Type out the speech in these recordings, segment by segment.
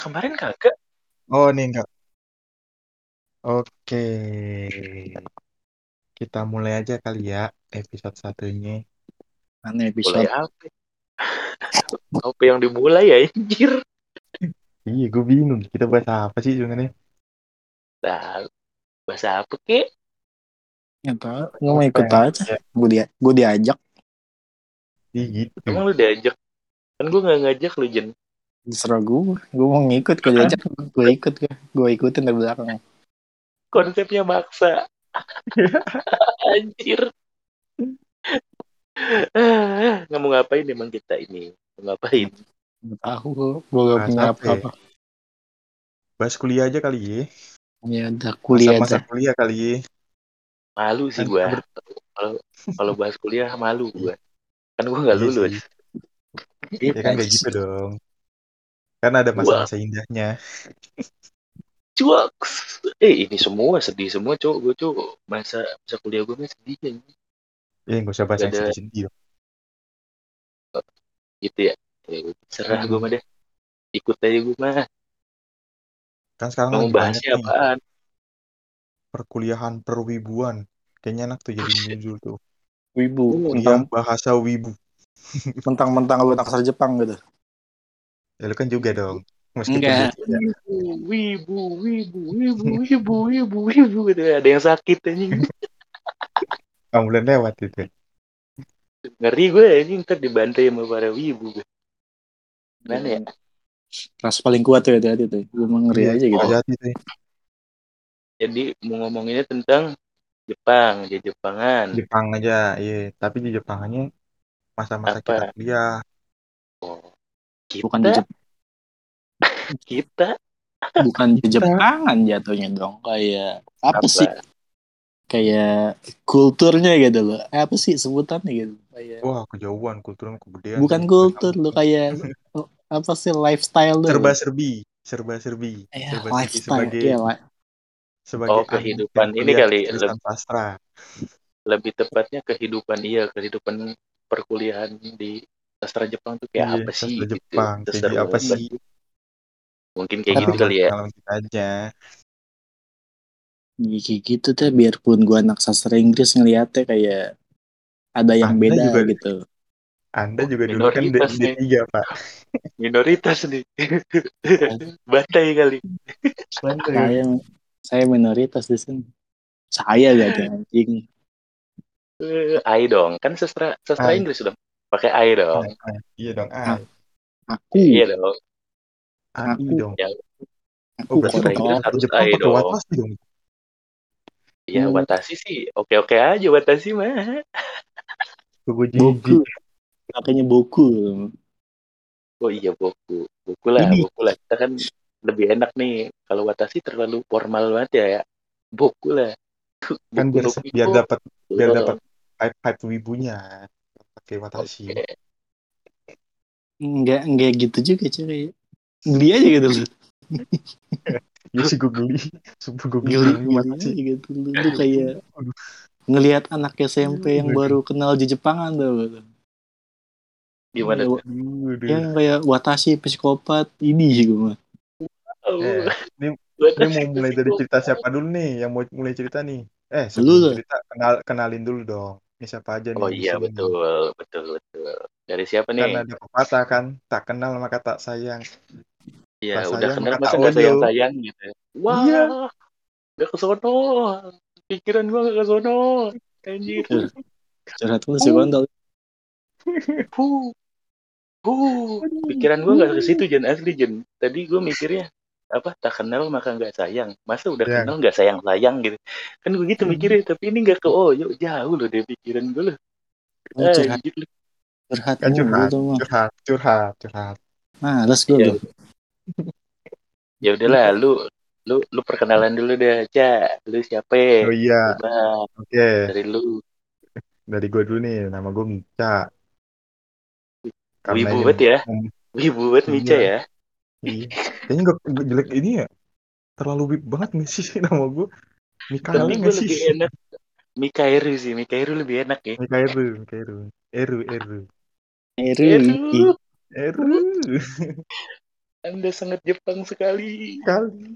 Kemarin kagak. Oh, nih enggak. Oke. Kita mulai aja kali ya episode satunya. Mana Mulai episode? apa? Apa yang dimulai ya anjir? Iya, gue bingung. Kita bahas apa sih sebenarnya? Nah, bahasa apa kek? Nggak tahu. Gue mau Apa ikut yang aja. Gue diajak. Ih, gitu. Emang lu diajak? Kan gue gak ngajak lu, Jen. Terserah gue. Gue mau ngikut. Kalau diajak gue ikut. Gue ikutin dari belakang. Konsepnya maksa. Anjir. Nggak mau ngapain emang kita ini? Mau ngapain? Nggak tahu gue. Gue gak Bahas punya apa ya? apa-apa. Bahas kuliah aja kali ya. Ya udah kuliah Masa-masa dah. kuliah kali ya. Malu sih Kan gue. kita Kalau kalau bahas kuliah malu gue. Kan gue nggak iya sih. lulus. Iya Ya kan gak najis. gitu dong. Kan ada Wah, masa-masa indahnya. cuaks. Ini semua sedih semua, cowok. Gue cowok. Masa kuliah gue mah sedih kan. Gak usah bahas Gak yang ada sedih-sedih dong. gitu ya. Serah gue Hmm. mah deh. Ikut aja gue mah. Kan sekarang Mau lagi banyak bahasnya nih apaan? perkuliahan perwibuan. Kayaknya enak tuh jadi Buset. judul tuh. Wibu. Kuliah bahasa wibu. Mentang-mentang lu anak sastra Jepang gitu. Ya lu kan juga dong. Meskipun Enggak. D3. Wibu. Gitu. Ada yang sakit anjing. Ambulan lewat itu. Ngeri gue anjing ntar dibantai sama para wibu gue. Gimana ya? Ras paling kuat tuh hati-hati tuh. Gue mau ngeri Iya, aja gitu. hati-hati tuh. Jadi mau ngomonginnya tentang Jepang, aja Jepangan. Jepang aja, iya. Tapi di Jepangannya masa-masa kita Apa? kuliah. Oh, Bukan di kita, kita bukan di Kita Jepangan jatuhnya dong. Kayak apa sih? apa? Kayak kulturnya gitu loh. Apa sih sebutannya gitu? Kayak wah kejauhan kulturnya kegedean bukan tuh. Gak kultur sambung. lo kayak apa sih lifestyle Serba dulu. serbi, serba serbi, Ya serba serbi lifestyle sebagai ya Oh, sebagai anak yang kehidupan ini kuliah kali. jurusan sastra. Lebih tepatnya kehidupan perkuliahan di sastra Jepang tuh kayak Iya, apa sih sastra gitu. Jepang. Kayak Seru apa apa sih? sih? Mungkin kayak gitu tapi kali ya. Pengalaman-pengalaman kita aja. kayak gitu tuh biarpun gua anak sastra Inggris ngeliatnya kayak ada yang Anda beda juga, gitu. Anda Oh, juga dulu kan minoritas nih. D3, Pak. Minoritas nih. Batai kali. Bener. Saya minoritas di sini. Saya gak ada anjing. AI dong. Kan sastra sastra Ai, Inggris dong. Pakai AI dong. ai. Iya dong, Ah, ai. aku Iya dong. AI aku dong. Ya, Oh, aku berarti sastra waktu Inggris kotor. waktu harus Jepang AI pakai dong. Watashi dong. Ya, Watashi sih oke-oke aja Watashi mah. Gue Boku jijik. makanya boku. Oh iya, Boku Ini lah. Kita kan lebih enak nih. Kalau Watashi terlalu formal banget ya, ya. Boku lah. Kan Boku biar no biar Pico. dapat biar dapat Oh, hype hype wibunya pakai Watashi. oke. enggak gitu juga cuy. Geli aja gitu loh. Iya sih gue geli. Sumpah gue geli Geli orangnya geli Watashi. aja gitu. Lu kayak Aduh, ngelihat anak SMP yang aduh, baru kenal di Jepangan tuh. Gimana tuh? aduh. Yang kayak Watashi psikopat ini gue mah. Oh, Ini ini Watashi mau mulai dari cerita psikopat. siapa dulu nih yang mau mulai cerita nih? Lu Sebelum lah. cerita kenalin dulu dong. Ini siapa aja nih Oh di iya, sini nih? betul. Dari siapa Kan nih? ada pepatah kan, tak kenal maka tak sayang, Iya, tak udah sayang kenal maka tak masa nggak oyo. sayang-sayang gitu. Iya, Wah, nggak ke sono. Pikiran gua nggak ke sono. Anjir. Curhat lu sih uh, kontol. Huh. aduh, Pikiran gue nggak ke situ Jen, asli Jen. Tadi gue mikirnya apa tak kenal maka nggak sayang. Masa udah ya, kenal nggak sayang gitu. Kan gue gitu mikirnya, tapi ini nggak ke yuk jauh loh deh pikiran gue loh. Lu curhat Anjir. curhat kan mulu curhat, tuh mah. curhat. Males gue Ya, loh. ya udahlah, lu perkenalan dulu deh, Ca. Lu siapa? Oh iya, Coba oke. dari lu. Dari gue dulu nih, nama gue Mica. Karena Wibu ini banget ya. Wibu banget iya, Mica ya. iya. Kayaknya gak jelek ini ya, terlalu wib banget nggak sih nama gue? Mikael Tapi gue nggak sih? lebih enak Mikairu sih. Mikairu lebih enak ya. Mikairu. Eru. Eru. Eru. Eru. Anda sangat Jepang sekali. Kali.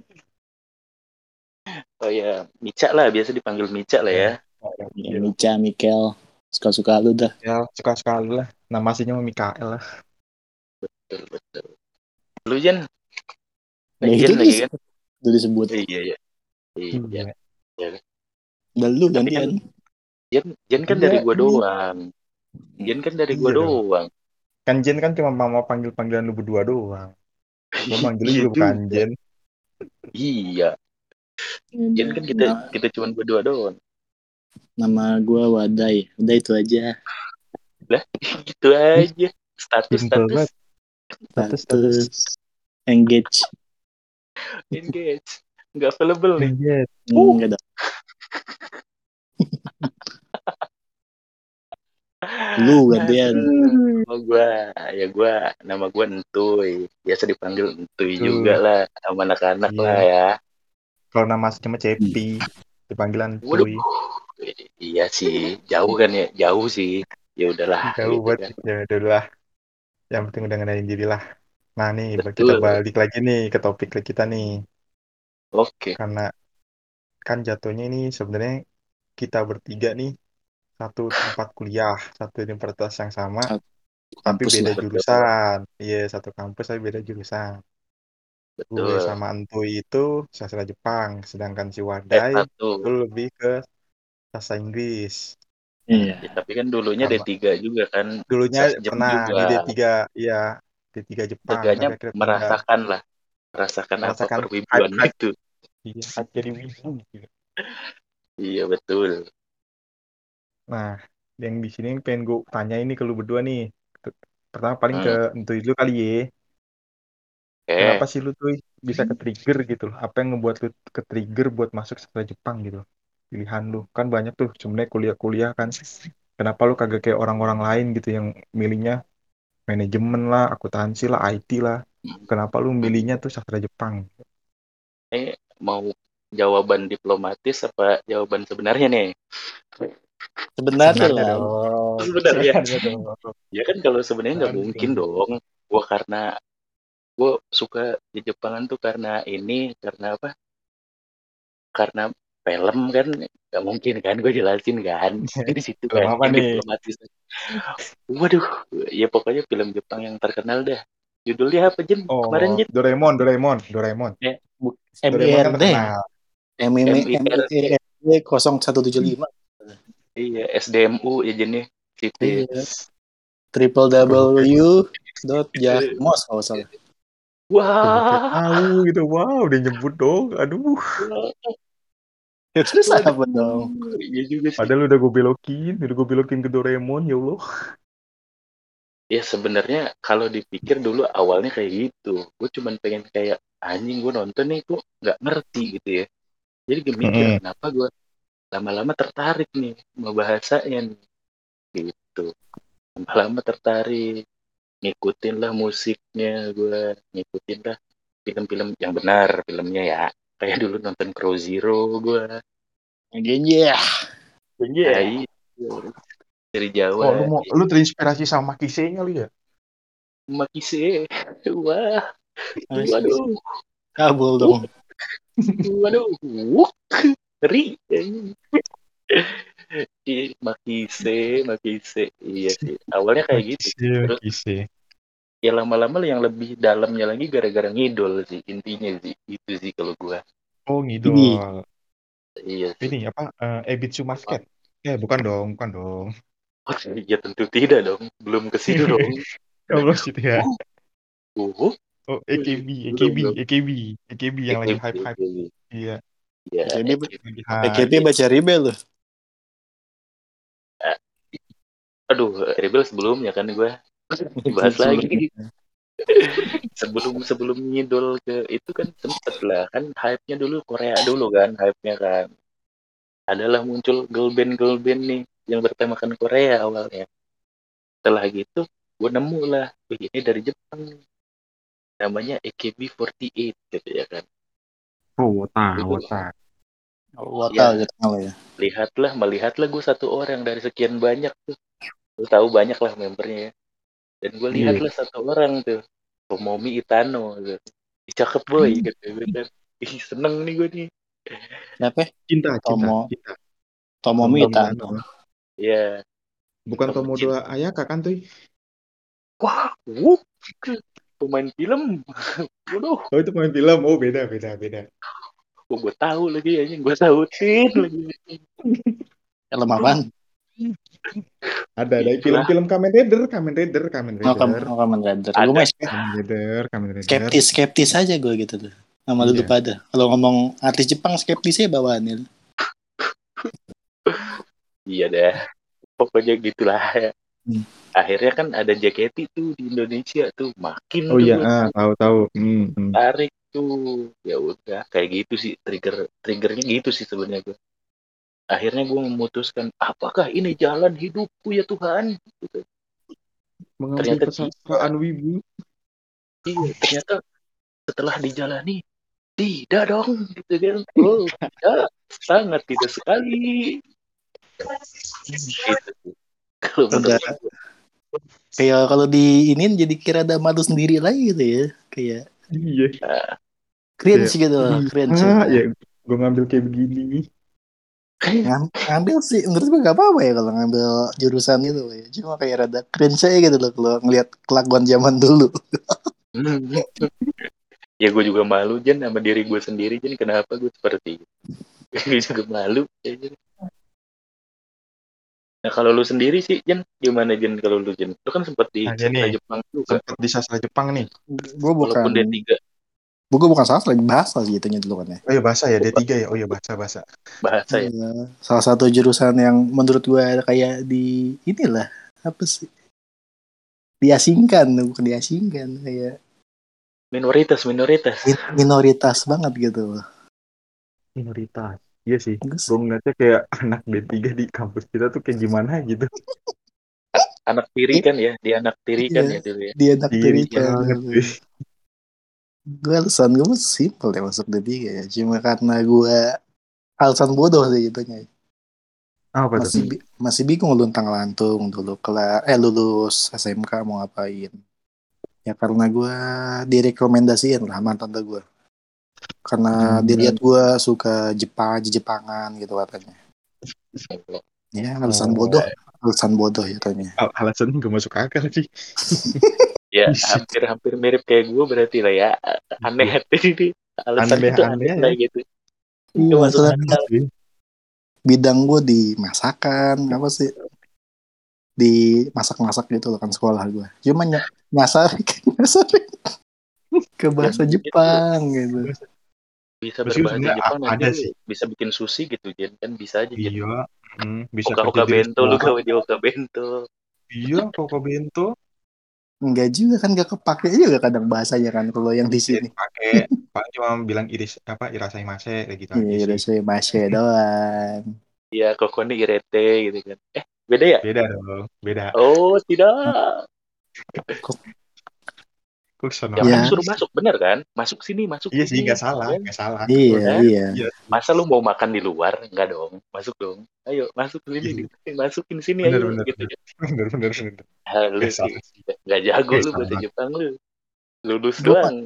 Oh ya, Mica lah, biasa dipanggil Mica lah ya. Ya, Mica, Mikel, suka-suka lu dah. Ya, suka sekali lah. Nama aslinya mah Mikael lah. Betul, betul. Lu Jen, Ya itu Jen lagi kan? udah disebut. Iya, iya. Iya. Iya. Ya. Dan lu Tapi kan gantian. Jen kan Iya, dari gua ini. doang. Jen kan dari gua Iya dong. doang. Kan Jen kan cuma mau panggil-panggilan lu berdua doang. Gua manggilnya Iya juga bukan juga. Jen. Iya. Jen kan kita cuma berdua doang. Nama gue Wadai. Udah itu aja. Lah, gitu aja. Status, Simple banget. Status. Status engage. Engage. Nggak available nih. Engage. Enggak dong. Lu gantian. Oh gua nama gua Entuy, biasa dipanggil Entuy juga Tuh. lah sama anak-anak Iya. lah ya. Kalau nama aslinya Cepi, dipanggilan Waduh, Tuy. iya sih, jauh kan ya, jauh sih. Ya udahlah Jauh gitu banget. kan. Ya udah lah. Yang penting udah ngenalin diri lah. Nah nih, kita Betul. balik lagi nih ke topik kita nih. Oke. Karena kan jatuhnya ini sebenarnya kita bertiga nih satu tempat kuliah, satu universitas yang sama, tapi Kampus beda lah. Betul, jurusan. Iya, satu kampus tapi beda jurusan. Gue betul. sama Entuy itu sastra Jepang, sedangkan si Wadai S1. itu lebih ke sastra Inggris. Iya. Ya, tapi kan dulunya Sama D3 juga kan, dulunya Sasjem pernah di juga. D3, iya, D3 Jepang, tapi Seenggaknya akhirnya pindah. merasakan apa Merasakan perwibuan hype, itu. iya, hype jadi wibu gitu. Iya betul. Nah, yang di sini pengen gue tanya ini ke lu berdua nih. Pertama paling ke Hmm. Entuy dulu kali ya. Kenapa Oke. sih lu tuh bisa ke-trigger gitu loh? Apa yang ngebuat lu ke-trigger buat masuk sastra Jepang gitu? Pilihan lu kan banyak tuh sebenarnya kuliah-kuliah kan. Kenapa lu kagak kayak orang-orang lain gitu yang milihnya manajemen lah, akuntansi lah, IT lah. Kenapa lu milihnya tuh sastra Jepang? Mau jawaban diplomatis apa jawaban sebenarnya nih? Sebenarnya Sebenarnya lah. dong. Sebenarnya. Sebenarnya dong. Ya kan kalau sebenarnya nggak Sebenarnya mungkin dong. dong. Gua karena gue suka di Jepangan tuh karena apa? Karena film kan nggak mungkin kan gue jelasin kan. Di situ Film kan apa yang nih? diplomatis. Waduh, ya pokoknya film Jepang yang terkenal dah. Judulnya apa Jen? Kemarin Oh, Jen? Doraemon. Ya, Doraemon kan MIRD. terkenal. MIRD. MIRD 0175. Iya, SDMU ya Jen ya. Gitu ya. Iya. www.jakmos kalau salah. Coba kayak Wah, tahu gitu. Wow, udah nyebut dong. Aduh. Ya terus waduh, apa dong? iya juga sih. Padahal udah gue belokin ke Doraemon, ya Allah. Ya sebenarnya kalau dipikir dulu awalnya kayak gitu. Gue cuman pengen kayak anjing gue nonton nih kok nggak ngerti gitu ya. Jadi gue mikir Mm-mm. kenapa gue lama-lama tertarik nih sama bahasanya nih. Gitu. Lama-lama tertarik. Ngikutin lah musiknya gue. Ngikutin lah film-film yang benar filmnya ya. Kayak dulu nonton Crow Zero gue. Iya. Nah, iya. Dari Oh, Jawa. lu terinspirasi sama Kisenya lu ya? Makise. Wah. Waduh. Kabul dong. Waduh. Wuh. Ngeri. Makise. Iya sih. Awalnya kayak gitu sih. Terus Kise. ya lama-lama yang lebih dalamnya lagi gara-gara ngidol sih. Intinya sih. Itu sih kalau gua. Oh, Ini ngidol. Iya sih. Ini apa? Ebitsu Basket. Bukan dong, bukan dong. Oh, ya tentu tidak dong. Belum ke situ dong. Ya Allah sih ya. Uh, Oh, belum dong. AKB yang lagi hype-hype. AKB. Iya, Ya, PKB lagi PKB hype. baca Rebel loh. Aduh, Rebel sebelumnya kan gue bahas lagi. sebelum ngidol ke itu kan sempet lah kan hype-nya dulu Korea dulu kan hype-nya kan adalah muncul girl band nih yang bertemakan Korea awalnya setelah gitu gue nemu lah ini dari Jepang namanya AKB48 gitu ya kan Oh, wota, Gua, wota. Watal ya gitu ya. melihatlah gue satu orang dari sekian banyak tuh lu tahu banyak lah membernya ya dan gue Iya. lihatlah satu orang tuh Tomomi Itano gitu. Ih, cakep boy gitu kan. Ih, seneng nih gue nih. Siapa? Cinta, cinta, Tomo cinta. Tomomi Tomomi Itano. Itano. Iya, Bukan Tomo Tomodo Cinta. Ayaka kan tuh? Wah, pemain film. Waduh, Oh itu main film. Oh beda, beda, beda. gue tahu lagi aja, gue sautin lagi. Film apaan? Ada Itulah. film-film Kamen Rider, Kamen Rider, Kamen Rider, Kamen Rider. Gue Ada. mah Kamen Rider, Kamen Rider. skeptis aja gue gitu tuh. Sama dulu Iya. pada. Kalau ngomong artis Jepang skeptisnya bawaannya. Iya deh. Pokoknya gitulah ya. Hmm. Akhirnya kan ada JKT tuh di Indonesia tuh. Makin Oh tuh iya, gue tahu-tahu. tarik tuh. Ya udah, kayak gitu sih triggernya gitu sih sebenarnya gue. Akhirnya gue memutuskan, apakah ini jalan hidupku ya Tuhan? Gitu. Mengambil Ternyata tidak. kesastraan wibu. Iya, ternyata setelah dijalani, tidak dong, gitu kan. Oh, tidak. Sangat tidak sekali. Gitu sih. Kalau Udah menurut gue. kayak kalau di ini jadi kira ada malu sendiri lagi gitu ya. Kayak Iya. Nah, cringe Kayak, gitu kok loh, cringe bisa udah. ya gue ngambil kayak begini. Ngambil sih menurut gue gak apa-apa ya kalau ngambil jurusan itu ya. Cuma kayak rada cringe aja gitu loh kalau ngelihat kelakuan zaman dulu. ya gue juga malu Jen sama diri gue sendiri Jen, kenapa gue seperti itu. Gue juga malu ya, Jen. Nah kalau lu sendiri sih Jen, gimana Jen kalau lu Jen? Lu kan sempat di Nah sastra nih, Jepang juga, sempat di sastra Jepang nih. Gue bukan walaupun D3 gue bukan sastra, bahasa sih itunya dulu kan ya. Oh iya bahasa ya, D3 ya. Oh iya bahasa. bahasa ya. Iya, salah satu jurusan yang menurut gue kayak di inilah apa sih, diasingkan, bukan diasingkan, kayak Minoritas. minoritas banget gitu. Minoritas. Iya sih. Terus, Gue ngeliatnya kayak anak D3 di kampus kita tuh kayak gimana gitu. Anak tiri kan ya, dia anak tiri kan iya, ya dulu ya. dia Diri naktirikan banget gitu. sih. Gue alasan gue mah simpel ya masuk D3 ya, cuma karena gue alasan bodoh sih itunya. Apa tuh? Masih bingung luntang lantung dulu lulus SMK mau ngapain. Ya karena gue direkomendasiin lah sama tante gue. Karena dilihat Hmm. gue suka Jepangan gitu katanya. Ya Oh, alasan bodoh ya katanya. alasannya gak masuk akal sih. Ya Bullshit. hampir mirip kayak gue berarti lah ya. Aneh Iya. ini alasannya tuh Aneh-aneh aneh ya. lah gitu. Iya Gak masuk masalah akal. Sih. bidang gue di masakan apa sih, di masak-masak gitu loh kan sekolah gue. Cuma nyasar nyasar ke Ya bahasa mungkin tuh Jepang gitu. bisa Meskipun berbahasa sebenarnya Jepang nanti ada lu sih. bisa bikin sushi gitu Jen, kan bisa aja Jen. Iya. Bisa kerja Hoka di bento lu restoran. gawe di Hoka bento. Iya, Koko Bento. Enggak juga kan, gak kepake juga kadang bahasanya kan kalau yang di Ya sini. dipakai. Paling cuma bilang iris apa irasai mase kayak gitu aja Iya udah sih. saya masih doang. Iya, koko nih irete gitu kan. Beda ya? Beda dong. Beda. Oh, tidak. Kok Kok sono Ya kan ya, suruh masuk, bener kan? Masuk Iya sih, sini. nggak salah, Ya, nggak salah. iya kan? iya. Iya sih. Masa lu mau makan di luar? Enggak dong. Masuk dong. Ayo, masuk ke Iya sini. sih. Masukin sini Bener, ayo bener, gitu bener. kan. Bener, bener, bener. Lu Nggak sih salah sih. nggak jago Nggak lu bahasa salah. Jepang lu. Lulus Gue doang.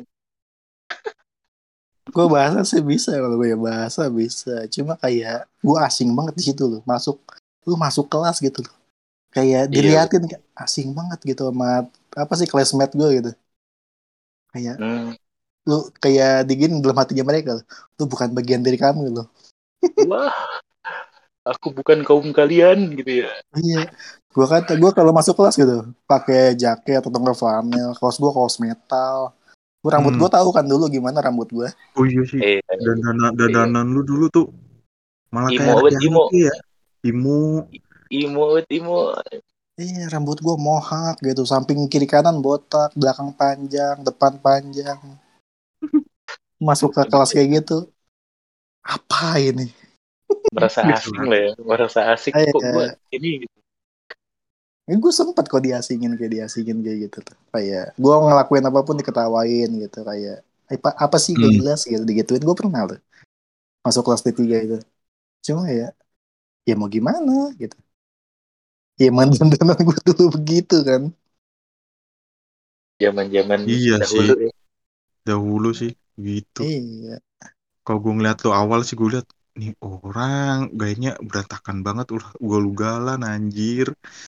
gue bahasa sih bisa, kalau gue ya bahasa bisa. Cuma kayak gue asing banget di situ loh. Lu masuk kelas gitu loh. Kayak Iya. diliatin kayak asing banget gitu sama apa sih classmate gue gitu. Kayak Hmm. lu kayak digin dalam hatinya mereka loh. Lu bukan bagian dari kami loh. Wah, aku bukan kaum kalian gitu ya. Iya. Gue kalau masuk kelas gitu pakai jaket atau enggak flanel, kaos metal. Gua rambut Hmm. gue tahu kan dulu gimana rambut gue. Oh iya sih. Eh, iya. Dandanan lu dulu tuh malah kayak Imo anak wet imo. Yankee ya. Imu. Imo wet imo. Iya, rambut gue mohak gitu, samping kiri kanan botak, belakang panjang, depan panjang. Masuk ke kelas kayak gitu, apa ini? Merasa Nggak asing salah. lah ya. Merasa asik kok gue Kayak ini gitu. gue sempet kok diasingin kayak gitu tuh. Kayak gue ngelakuin apapun diketawain gitu, kayak apa sih gak Hmm. jelas gitu digituin. Gue pernah tuh masuk kelas D3 itu. Cuma ya mau gimana gitu. Ya mantan gue dulu begitu kan. Zaman-zaman Iya sih, dahulu ya. dahulu sih gitu. Iya. Kalau gue ngeliat lo awal sih gue liat nih orang gayanya berantakan banget, ugal-ugalan anjir.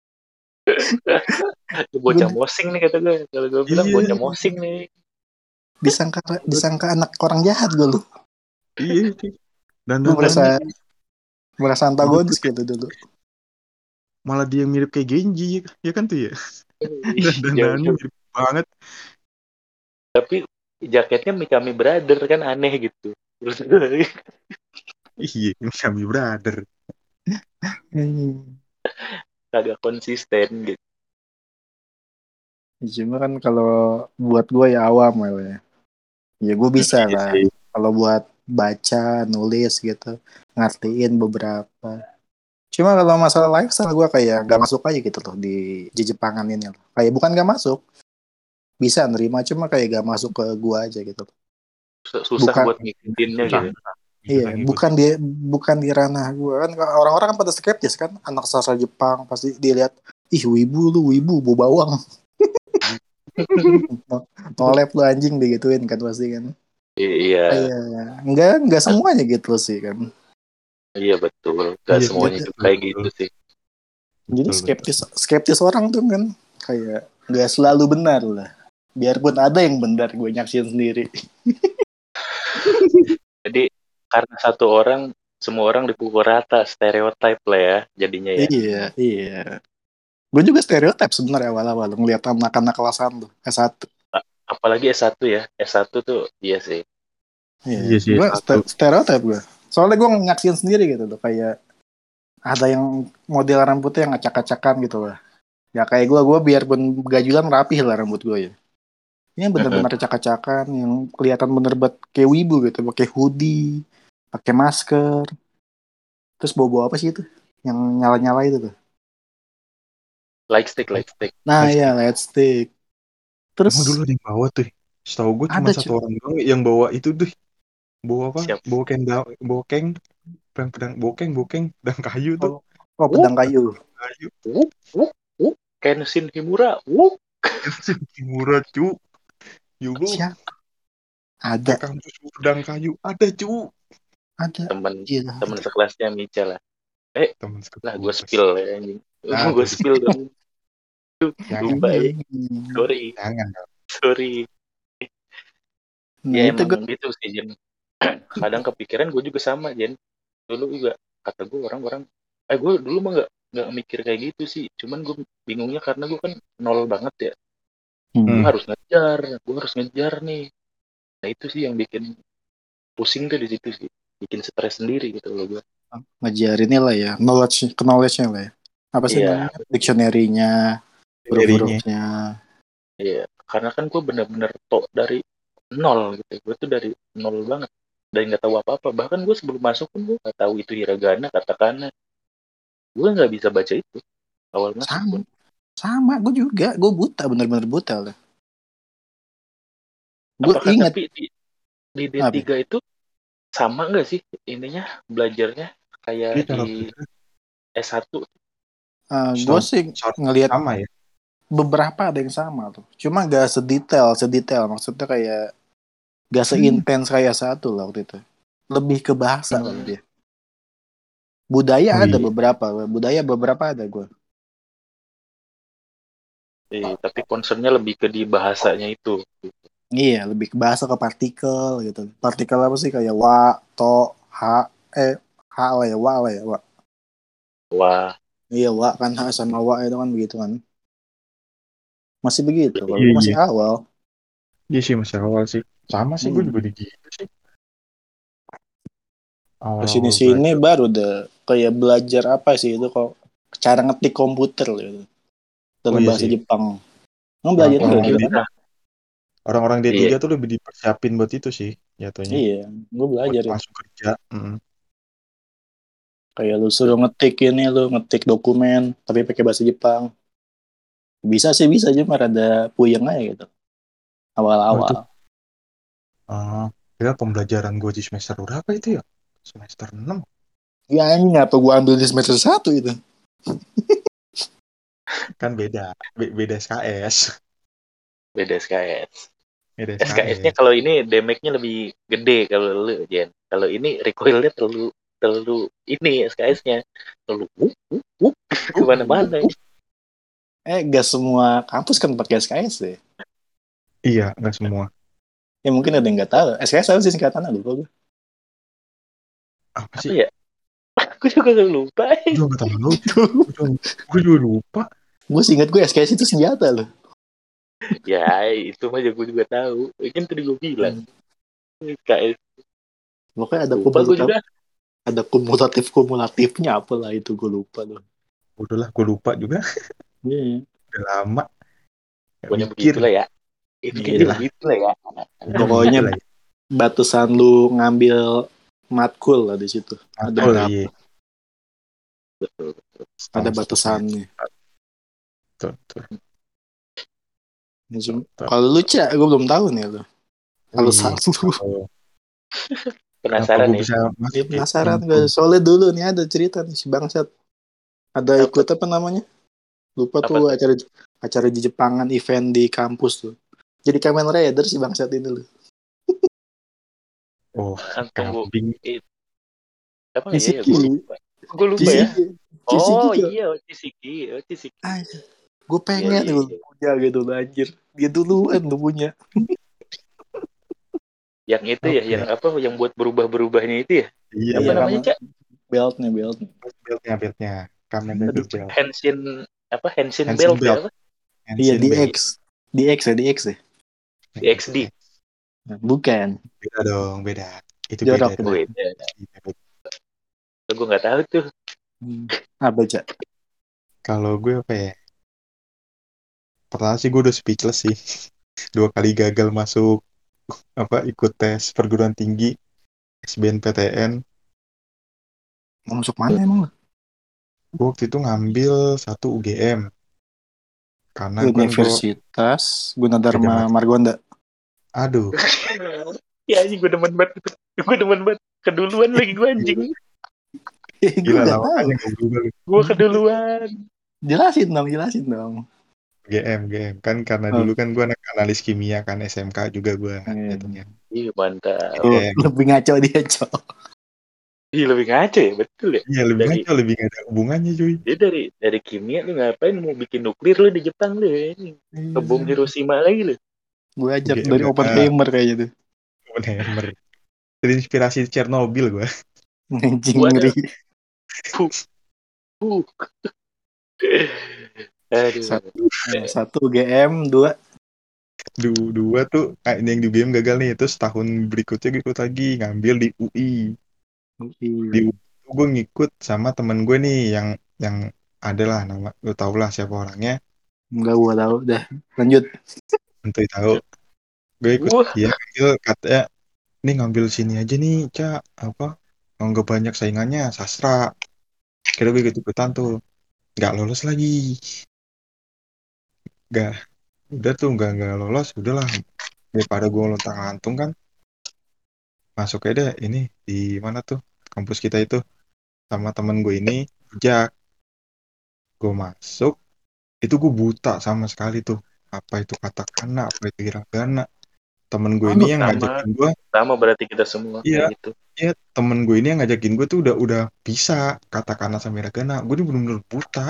Bocah Gue mosing nih kata gue. Kalau gue bilang Iya, bocah mosing nih. disangka disangka anak orang jahat gue lu. iya sih. Gue Dandanannya merasa dulu antagonis tuh gitu dulu. malah dia mirip kayak Genji ya kan tuh ya. Dandanannya Jauh-jauh. mirip banget. Tapi jaketnya Mikami Brother kan aneh gitu. Terus Iya, kami brother. agak konsisten gitu. Cuma kan kalau buat gue ya awam ya. Ya gue bisa Iya lah. sih. Kalau buat baca, nulis gitu, ngertiin beberapa. Cuma kalau masalah lifestyle gue kayak gak masuk aja gitu loh di Jepangan ini loh. Kayak bukan gak masuk, bisa nerima cuma kayak gak masuk ke gue aja gitu. Susah Bukan, buat ngikutinnya Susah, gitu. iya, susah ngikutin. bukan di ranah gue kan. Orang-orang kan pada skeptis kan, anak sastra Jepang pasti dilihat, ih wibu lu, wibu, bau bawang. Nolep lu anjing digituin kan pasti kan. Iya, Kayak enggak semuanya gitu sih kan. iya betul. Gak Iya, semuanya Jadi, juga betul, kayak betul, gitu sih. jadi betul, betul. skeptis orang tuh kan kayak nggak selalu benar lah. Biarpun ada yang benar, gue nyaksin sendiri. Jadi karena satu orang, semua orang dipukul rata, stereotip lah ya jadinya ya. Iya, iya. Gue juga stereotip sebenarnya awal-awal ngeliat anak-anak kelasan tuh S1. Apalagi S1 ya. S1 tuh iya sih. Iya, Iya sih gue satu. stereotip gue. Soalnya gue nyaksin sendiri gitu tuh kayak ada yang model rambutnya yang acak-acakan gitu lah. Ya kayak gue biarpun gajulan rapih lah rambut gue ya. Ini yang bener-bener acak-acakan yang kelihatan bener-bener kayak wibu gitu, pakai hoodie, pakai masker, terus bawa-bawa apa sih itu? Yang nyala-nyala itu tuh. Light stick, light stick. Nah ya, Pasti. light stick. Terus Emang dulu ada yang bawa tuh. Setahu gue cuma ada satu cuy. orang doang yang bawa itu tuh. Bawa apa? Siap. Bawa keng, pedang bokeng, pedang kayu tuh. Oh, oh Wup, pedang kayu. Kayu. wup, wup, wup. Kenshin Himura. Wup. Murah cu. Yugo, Siapa? Ada, ke kampus pedang kayu. Ada cu. ada. Temen Gila, temen ada. sekelasnya Mica lah. Eh, Teman lah gue sekelas. spill ya anjing. Nah, Gue tuh. spill dong. Jangan, Lupa ya. Hmm. Sorry. jangan dong. Sorry. Nah Ya itu emang gue. gitu sih Jen. Kadang kepikiran gue juga sama Jen. Dulu juga kata gue orang-orang. Gue dulu mah nggak mikir kayak gitu sih. Cuman gue bingungnya karena gue kan nol banget ya. Gue Hmm. Hmm. harus ngejar. Gue harus ngejar nih. Nah itu sih yang bikin pusing tuh di situ sih. Bikin stres sendiri gitu loh gue. Ngejar inilah ya, knowledge-nya lah ya. Apa sih Iya, namanya? Dictionary-nya, Dirinya. huruf-hurufnya. iya. Karena kan gue bener-bener tok dari nol gitu. Gue tuh dari nol banget. Dan nggak tahu apa-apa. Bahkan gue sebelum masuk pun gue nggak tahu itu hiragana, katakana. Gue nggak bisa baca itu awal masuk Sama, pun. sama. Gue juga, gue buta, bener-bener buta lah. Gue Apakah inget tapi di apa? D3 itu sama nggak sih ininya belajarnya Jadi kayak cara di belajar Uh, S1? gue setahu sih seharusnya ngelihat sama ya. beberapa ada yang sama tuh. Cuma gak sedetail. Maksudnya kayak gak Hmm. seintens kayak satu lah waktu itu. Lebih ke bahasa kalau Hmm, dia. Budaya Oh ada iya. beberapa. Budaya beberapa ada gue. tapi concernnya lebih ke di bahasanya itu. Iya, lebih ke bahasa ke partikel gitu. Partikel apa sih kayak wa, to, ha, eh, ha lah ya, wa lah ya, wa. Wah, Iya, wa kan ha sama wa itu kan begitu kan. Masih begitu. Kalau Iya, gue iya. masih awal. Iya sih masih awal sih. Sama sih gue juga Hmm. di gitu sih. Kesini Awal-awal sini belajar. baru udah kayak belajar apa sih itu kok cara ngetik komputer gitu Oh dalam iya bahasa sih. Jepang. Emang belajar juga Orang-orang gitu iya, kan? orang-orang iya. D3 tuh lebih dipersiapin buat itu sih jatuhnya. Iya, gue Buat belajar itu. masuk kerja. Mm. Kayak lu suruh ngetik ini, lu ngetik dokumen tapi pakai bahasa Jepang. Bisa sih bisa cuma rada puyeng aja gitu Oh itu awal-awal. kira pembelajaran gue di semester berapa itu ya? Semester 6. Ya ini apa gue ambil di semester 1 itu. Kan beda. Beda SKS. Beda SKS. Beda SKS-nya SKS. kalau ini damage-nya lebih gede kalau lu, Jen. Kalau ini recoil-nya terlalu ini SKS-nya terlalu kemana-mana. Gak semua kampus kan pakai SKS deh. Iya, nggak semua. Ya mungkin ada yang nggak tahu. SKS apa sih singkatannya, lupa gue. Apa Apa sih? ya? Aku juga lupa. Gue juga nggak tahu. Gue juga lupa. Gue sih ingat gue SKS itu senjata loh. Ya, itu mah gue juga tahu. Kan tadi gue bilang. SKS. Pokoknya ada Lupa gue juga. ada kumulatifnya apalah itu gue lupa loh. Udahlah, gue lupa juga. Iya. Udah lama. Gak Pokoknya mikir. begitulah ya. Itu Iya kayaknya lah. begitulah ya. Pokoknya Lah, ya. batasan lu ngambil matkul lah di situ. Ada Betul, berapa? iya. Betul. Ada Setahun batasannya. Betul, betul. Kalau lu Cak, gue belum tahu nih lu. Kalau Iya. lu. Kenapa Penasaran gue nih. bisa Ya, masuk penasaran gitu? gue. Soalnya dulu nih ada cerita nih si Bangsat. Ada ikut Apa? apa namanya? Lupa Apa tuh tuh? acara di Jepangan event di kampus tuh. Jadi Kamen Rider si Bangsat ini loh. Oh, Tunggu. kambing. Apa ya? Cisiki. Gue lupa. Gue lupa ya. Cisiki. Cisiki Oh tuh. iya, Cisiki. Oh, Cisiki. Gue Iya, pengen iya, gue iya. punya gitu loh anjir. Dia duluan tuh punya. Yang itu ya, Oke. yang apa? Yang buat berubah-berubahnya itu ya? Iya, Apa Iya namanya, kan Cak? beltnya. beltnya. Kamen Rider Aduh. belt. Henshin Hansen belt ya belt. apa? Iya Hansen belt. DX. DX ya. DXD. Bukan. Beda dong, beda. Itu beda Jorok Oh, deh. dong. itu. Gue nggak tahu tuh. Apa Cak? Kalau gue apa ya? Pertama sih gue udah speechless sih. 2 kali gagal masuk ikut tes perguruan tinggi SBMPTN. Masuk mana emang lo? Gue waktu itu ngambil 1 UGM karena kan gue Universitas beda Gunadarma macam. Margonda. Aduh, Ya anjing, gue demen banget. Gue demen banget. Keduluan lagi gue anjing. Gue gila nggak lah tahu. makanya gue berubah. Gue keduluan. Jelasin dong. GM kan karena Oh, dulu kan gue anak analis kimia kan SMK juga gue iya. jatuhnya. Iya, mantap. Oh, GM. lebih ngaco dia Cok. Iya, lebih ngaco ya, betul ya. Iya lebih ngaco, lebih gak ada hubungannya cuy. Dia dari kimia lu ngapain mau bikin nuklir lu di Jepang lu ya? Ini ngebom Hiroshima lagi lu. Gue ajak UGM dari Oppenheimer kayak gitu. Oppenheimer. Terinspirasi Chernobyl gue. Anjing Gua ada ngeri. uh. Aduh. Satu GM, dua. Dua tuh ini yang di UGM gagal nih, terus tahun berikutnya gue ikut lagi ngambil di UI. Di UI gue ngikut sama temen gue nih yang ada lah nama, lu tau lah siapa orangnya, Enggak gue tahu dah. Lanjut. tentu tahu. Gue ikut Wah, dia ngambil katanya nih ngambil sini aja nih Cak, apa nggak banyak saingannya sastra. Kira gue ikut ikutan tuh nggak lolos lagi, nggak udah tuh nggak lolos, udahlah daripada gue lontang lantung kan masuk aja deh ini di mana tuh kampus kita itu sama temen gue ini jak gue masuk itu gue buta sama sekali tuh apa itu katakana apa itu hiragana. Temen gue ini Aduh, yang ngajakin gue, sama berarti kita semua iya kayak gitu. iya temen gue ini yang ngajakin gue tuh udah bisa katakana sama hiragana, gue tuh bener-bener buta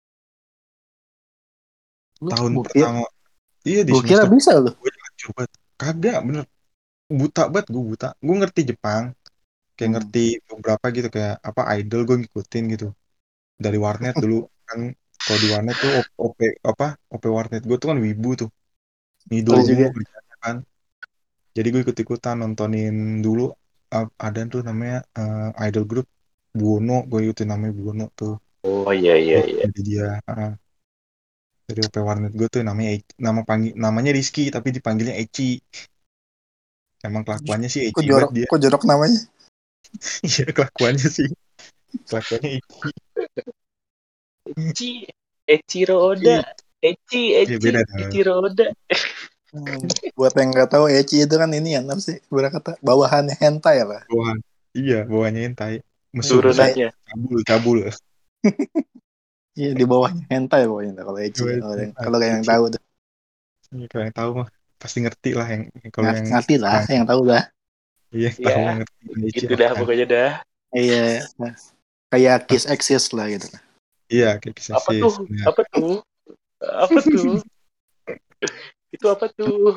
tahun pertama. Iya di gue kira semester bisa loh. gue hancur banget, kagak bener buta banget, gue buta, gue ngerti Jepang kayak ngerti beberapa gitu kayak apa idol gue ngikutin gitu dari warnet dulu kan. Kalau di warnet tuh OP apa OP warnet gue tuh kan wibu tuh, ngidol Terus mulu juga. kerjanya kan. Jadi gue ikut-ikutan nontonin dulu ada tuh namanya idol group Buono, gue ikutin namanya Buono tuh. Oh iya iya Gue iya. jadi dia dari OP warnet gue tuh namanya Rizky tapi dipanggilnya Eci. Emang kelakuannya sih Eci banget dia. Kok jorok namanya? Iya kelakuannya sih. Kelakuannya Eci. Eci, Echiro Oda. Iya beda dong. Echiro Oda. Buat yang nggak tahu Ecchi itu kan ini ya apa sih berkata bawahannya hentai apa? Bawahan. Iya, bawahannya hentai. Mesum. Turunannya. Cabul. Iya di bawahnya hentai pokoknya kalau Ecchi ya. Bawahannya hentai. Kalau yang tahu tuh. Kalau yang tahu mah pasti ngerti lah yang kalau yang Ngerti lah, yang tahu lah. iya yang tahu Ya, ngerti Daichi gitu apa dah kan. pokoknya dah. Iya, kayak Kiss Exist lah gitu. Iya kayak kisah Apa sis. tuh? Nah, Apa tuh? Apa tuh? Itu apa tuh?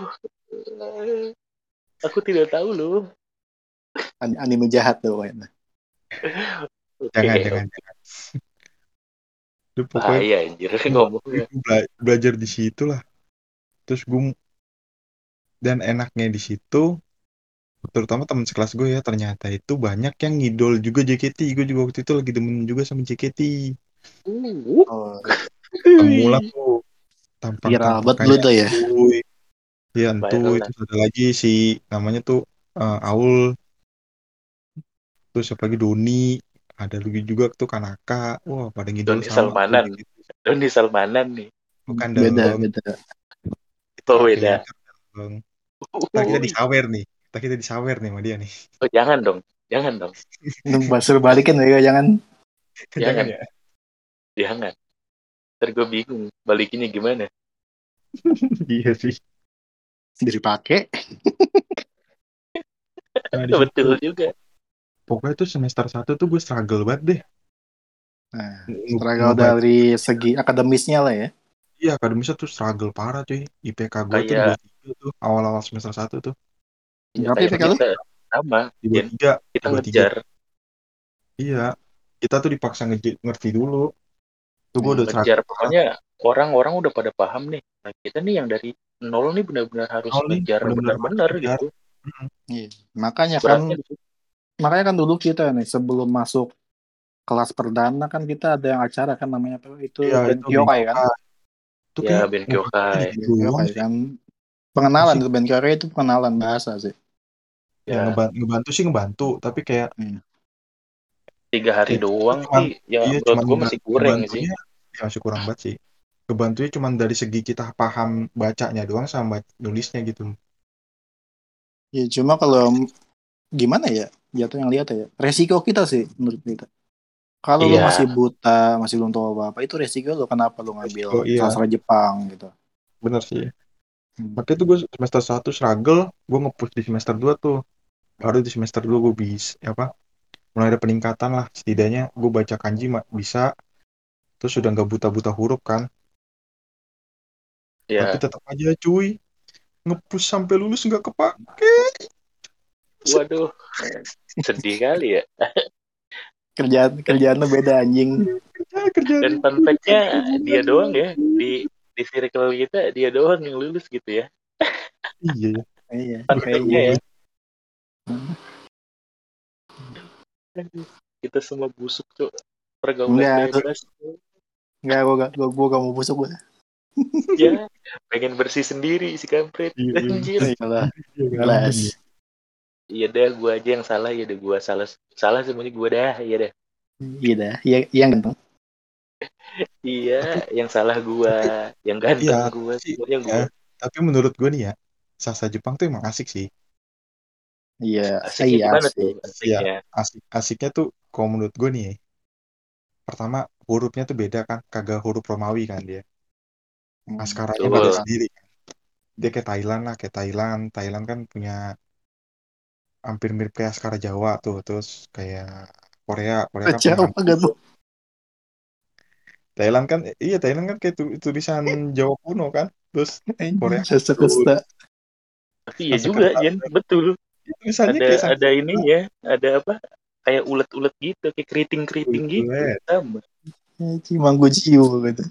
Aku tidak tahu loh. Anime jahat tuh kayaknya. Oke, jangan jangan oke. jangan. Itu pokoknya Bahaya anjir gue ngomongnya. belajar di situ lah. Terus gue dan enaknya di situ terutama teman sekelas gue ya ternyata itu banyak yang ngidol juga JKT. Gue juga waktu itu lagi demen juga sama JKT. Oh, Temu lah tuh viral buat tampang-tampakannya lu tuh ya. Entuy. Ya Entuy Viral lah. terus ada lagi si namanya tuh Aul, terus siapa lagi Doni, ada lagi juga tuh Kanaka. Wah pada ngidol Doni sama tuh Salmanan. JKT. Doni Salmanan nih. Bukan Beda, dong, beda. itu Oh beda. afiliator dong. Ntar kita Uhuy. disawer nih. Kita disawer nih sama dia nih. Oh jangan dong. Jangan dong. Suruh balikin ya, jangan. Jangan Jangan. ya. Jangan. Ntar gue bingung. Balikinnya gimana? Iya sih. Dipakai. Nah di situ Betul juga. pokoknya tuh semester satu tuh gue struggle banget deh. Nah, struggle Ngebaca. dari segi akademisnya lah ya. Iya akademisnya tuh struggle parah cuy. IPK gue tuh Kayak 23 tuh awal-awal semester satu tuh. ya Berapa kayak IPK lu? kita sama, Jen. 23, Kita 23. ngejar. Iya, kita tuh dipaksa ngerti dulu. Tuh gue udah Ngejar. struggle parah. Pokoknya orang-orang udah pada paham nih. Nah kita nih yang dari nol nih benar-benar harus Nol nih, ngejar benar-benar harus benar-benar kejar. gitu. Mm-mm. Iya. Makanya kan, Beratnya di situ. dulu kita nih sebelum masuk kelas perdana kan kita ada yang acara kan namanya apa itu Iya band itu Kyokai kan. Bengkokai. Itu Ya kayak Ben ngobrolnya Kyokai. dikit Band doang Kyokai sih. kan. Pengenalan Asik. itu band Kyokai itu pengenalan bahasa sih. Ya Ya ngebantu sih ngebantu, tapi kayak 3 hari kayak kita tuh doang cuman sih. Ya iya menurut cuman gue masih kurang sih. ngebantunya ya masih kurang banget sih. Kebantunya cuman dari segi kita paham bacanya doang sama nulisnya gitu. Ya cuma kalau gimana ya jatuh yang lihat ya resiko kita sih menurut kita. Kalau lu masih Iya. buta, masih belum tahu apa-apa, itu resiko lu kenapa lu ngambil Oh iya, sastra Jepang gitu. bener sih. Hmm. Makanya tuh gue semester satu struggle, gue nge-push di semester 2 tuh. Baru di semester 2 gue bisa apa? Mulai ada peningkatan lah. Setidaknya gue baca kanji bisa, terus sudah nggak buta-buta huruf kan. Tapi Ya. tetap aja cuy, nge-push sampai lulus nggak kepake. Waduh. Sedih kali ya. Kerjaan lu beda anjing. Kerjaan Dan fun gue fact-nya dikasih dia bulan doang doang. ya di circle kita dia doang yang lulus gitu ya. Iya ya, Iya, Fun kayaknya. fact-nya ya. gue Kita semua busuk tuh. Pergaulan Enggak, bebas. gua gak mau busuk gua. Ya, pengen bersih sendiri si kampret. iya, iya, Anjir. Iyalah, iya kan, jelas. iya. Iya deh, gue aja yang salah ya deh, gue salah salah semuanya gue dah, iya deh. Iya dah, iya ganteng. Iya, Tapi yang salah gue, yang iya, ganteng gue, sih semuanya ya. gue. Tapi menurut gue nih ya, sastra Jepang tuh emang asik sih. Iya, Asiknya iya gimana tuh? sih. Iya, Asiknya. asiknya tuh kalau menurut gue nih ya, pertama hurufnya tuh beda kan, kagak huruf Romawi kan dia. Askaranya beda Betul. sendiri kan. Dia kayak Thailand lah, kayak Thailand. Thailand kan punya hampir mirip kayak askara Jawa tuh. Terus kayak Korea, Korea kan punya Jauh Hangul. banget lu. Thailand kan, iya Thailand kan kayak tulisan Jawa kuno kan. Terus Korea Anjing, kan Sanskerta. Tapi iya juga, Sanskerta. Jen, betul. Tulisannya kayak Ada Sanskerta. ininya, ada apa? Kayak ulet-ulet gitu, kayak keriting-keriting gitu. Bulet. Sama, Anjing, manggo jiu gitu.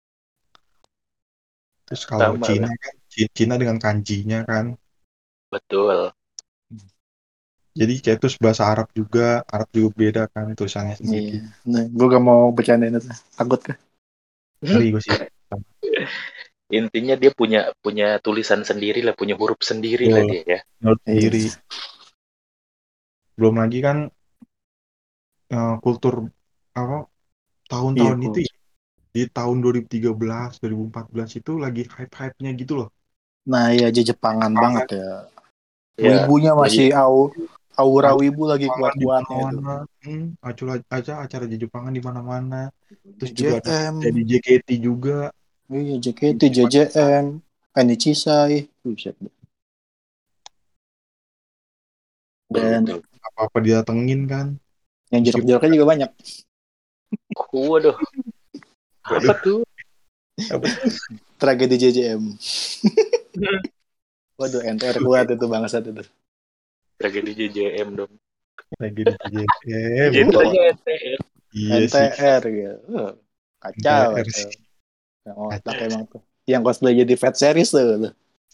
Terus kalau sama Cina lah. kan, Cina dengan kanjinya kan. Betul. Jadi kayak terus bahasa Arab juga beda kan tulisannya Iya. sendiri. Nah, gua gak mau bercandain itu. Takut kan? Ngeri gue sih. Intinya dia punya tulisan sendiri lah, punya huruf sendiri lah Betul. dia ya. Menurut Iya. sendiri. Belum lagi kan kultur apa Iya, tahun-tahun cool. itu ya, di tahun 2013, 2014 itu lagi hype-hype-nya gitu loh. Nah, iya aja Jepangan banget Jepangan, ya. Ya, Wibunya masih lagi aura acara wibu lagi Jepangan di kuat-kuatnya itu. mana-mana. Acara Jepangan di mana-mana. Terus juga ada JJM, jadi JKT juga. iya JKT, JJM, Anicisai, buset. Dan Betul. Apa-apa didatengin kan. yang jeruk-jeruknya juga banyak. Waduh, apa Waduh, tuh? apa tuh? Tragedi JJM. Waduh, NTR kuat itu bangsat itu. Tragedi JJM dong. Lagi di JM. Genrenya NTR. Iya sih, NTR gitu. Kacau, NTR kacau. sih. Yang otak emang tuh. Yang cosplay jadi Fat Series tuh.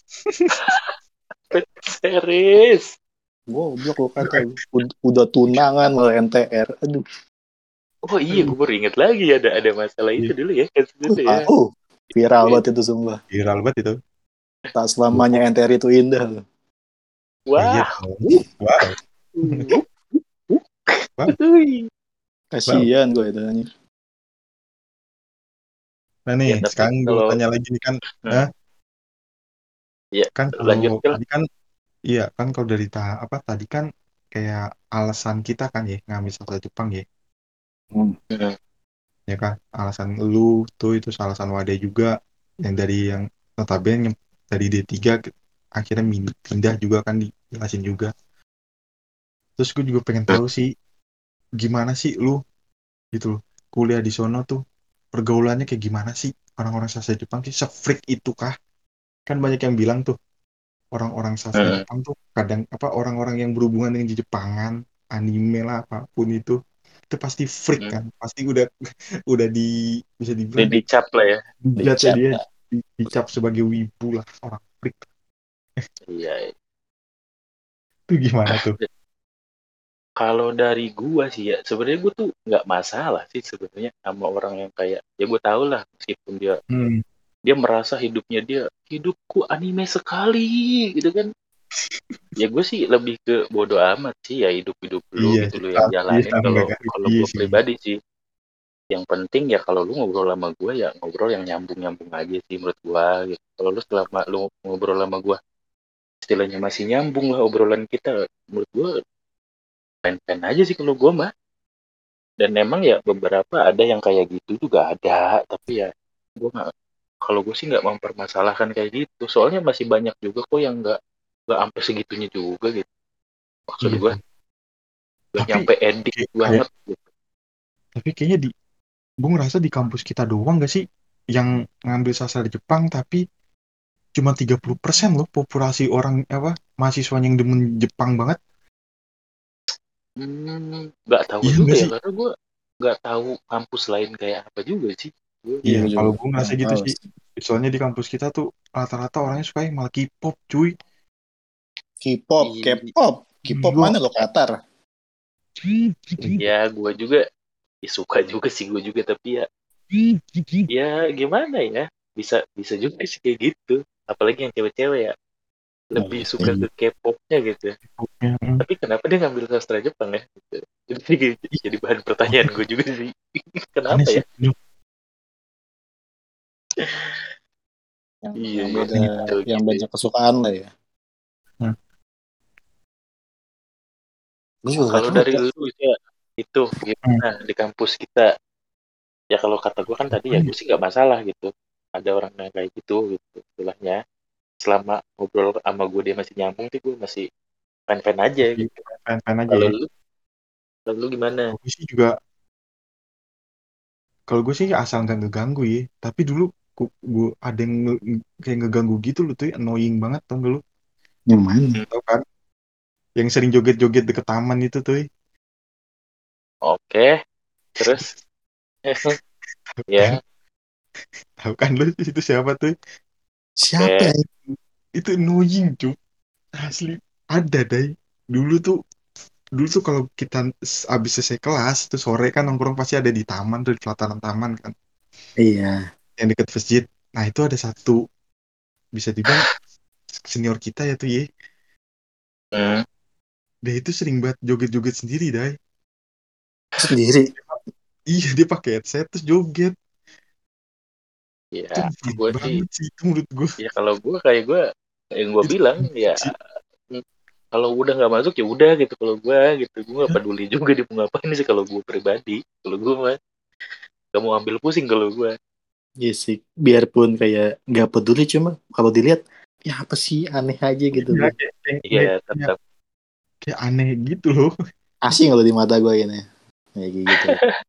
Series. Goblok lu kata lu. Udah tunangan malah NTR. Aduh. Oh iya, gue baru inget lagi ada masalah itu Iya. dulu ya, kasus itu ya. Viral banget itu sumpah. Viral banget itu. Tak selamanya NTR itu indah loh. Iya Wah, dong. Wow. Wow. Ui. Kasian gue itu anjir. Nah nih, Ya, tapi sekarang gue kalau tanya lagi nih kan. hmm, ya Kan lanjut kalau ke tadi kan, iya kan kalau dari apa tadi kan kayak alasan kita kan ya ngambil sastra Jepang ya. hmm, Ya kan, alasan lu tuh itu alasan Wade juga yang dari yang notabene yang dari D3 akhirnya pindah juga kan dijelasin juga. Terus gue juga pengen tahu sih gimana sih lu gitu loh kuliah di sono tuh pergaulannya kayak gimana sih orang-orang sastra Jepang sih se-freak itu kah? Kan banyak yang bilang tuh orang-orang sastra hmm, Jepang tuh kadang apa orang-orang yang berhubungan dengan Jepangan, anime lah apapun itu pasti freak hmm. kan, pasti udah di bisa Ini dibilang dicap lah ya, dijat ya dicap. dia dicap sebagai wibu lah orang freak. Iya. Itu gimana tuh? Kalau dari gua sih ya, sebenarnya gua tuh nggak masalah sih sebenarnya sama orang yang kayak, ya gua tau lah meskipun dia Hmm, dia merasa hidupku anime sekali gitu kan. Ya gue sih lebih ke bodo amat sih, ya hidup lu iya gitu sih lu yang iya jalanin. sama Kalau gak kalau iya gue sih pribadi sih, yang penting ya kalau lu ngobrol sama gue ya ngobrol yang nyambung aja sih menurut gue gitu. Kalau lu selama lu ngobrol sama gue istilahnya masih nyambung lah obrolan kita, menurut gue fan-fan aja sih kalau gue mah. Dan memang ya beberapa ada yang kayak gitu juga ada, tapi ya gue nggak, kalau gue sih nggak mempermasalahkan kayak gitu. Soalnya masih banyak juga kok yang nggak sampai segitunya juga gitu. Maksud iya gue sih nggak tapi nyampe edik kayak banget gitu. tapi kayaknya gue ngerasa di kampus kita doang gak sih yang ngambil sastra Jepang tapi cuma 30% loh populasi orang apa mahasiswanya yang demen Jepang banget. Nggak tahu Iya juga nggak ya sih? karena gue nggak tahu kampus lain kayak apa juga sih. Gue Iya Iya, gue kalau juga gue ngerasa nggak gitu tahu sih. sih. Soalnya di kampus kita tuh rata-rata orangnya suka yang malah K-pop, cuy. K-pop, K-pop, K-pop Iya. mana lo Qatar? ya gue juga suka juga sih gue juga, tapi ya gimana ya, bisa bisa juga sih kayak gitu, apalagi yang cewek-cewek ya Oh, lebih iya suka sih. Iya, ke K-popnya gitu. K-popnya. Tapi kenapa dia ngambil sastra Jepang ya gitu. Jadi bahan pertanyaan gue juga sih. Aneh Kenapa sih. ya. Yang, Iya yang ya beda, gitu yang gitu beda ya. kesukaan lah ya. Hmm. Gue juga nggak Kalau tahu dari tuh. lu ya itu Hmm. gimana di kampus kita. Ya kalau kata gue kan tadi ya gue sih nggak masalah gitu. Ada orang yang kayak gitu gitu istilahnya. Selama ngobrol sama gue dia masih nyambung sih gue masih fan-fan aja Masih gitu. fan-fan aja Kalau ya. lu, kalau lu gimana? Kalau gue sih juga, kalau gue sih asal nggak ngeganggu ya. Tapi dulu gue ada yang kayak ngeganggu gitu loh tuh, annoying banget tau gak lu? Yang mana? Hmm, Tau kan? Yang sering joget-joget deket taman itu tuh. Oke, terus Tau kan? ya Tahu kan lu itu siapa tuh? Siapa oke. ya? Itu annoying cuy. Asli ada deh. Dulu tuh dulu tuh kalau kita abis selesai kelas tuh sore kan nongkrong pasti ada di taman tuh di pelataran taman kan Iya. yang deket masjid. Nah itu ada satu bisa dibilang senior kita ya tuh ya. Hmm, Dia itu sering banget joget-joget sendiri dai. Sendiri. Iya dia pakai headset terus joget. Itu ya freak gue sih, banget sih itu menurut gue. ya kalau gue kayak gue yang gue Itu bilang ya, freak sih. kalau udah nggak masuk ya udah gitu. Kalau gue gitu gue nggak peduli juga dia mau ngapain sih. Kalau gue pribadi, kalau gue mah gak mau ambil pusing kalau gue Iya sih, biarpun kayak nggak peduli, cuma kalau dilihat ya apa sih, aneh aja gitu Iya, loh. Iya, tetap. kayak aneh gitu loh. Asing kalau di mata gue ini kayak gitu.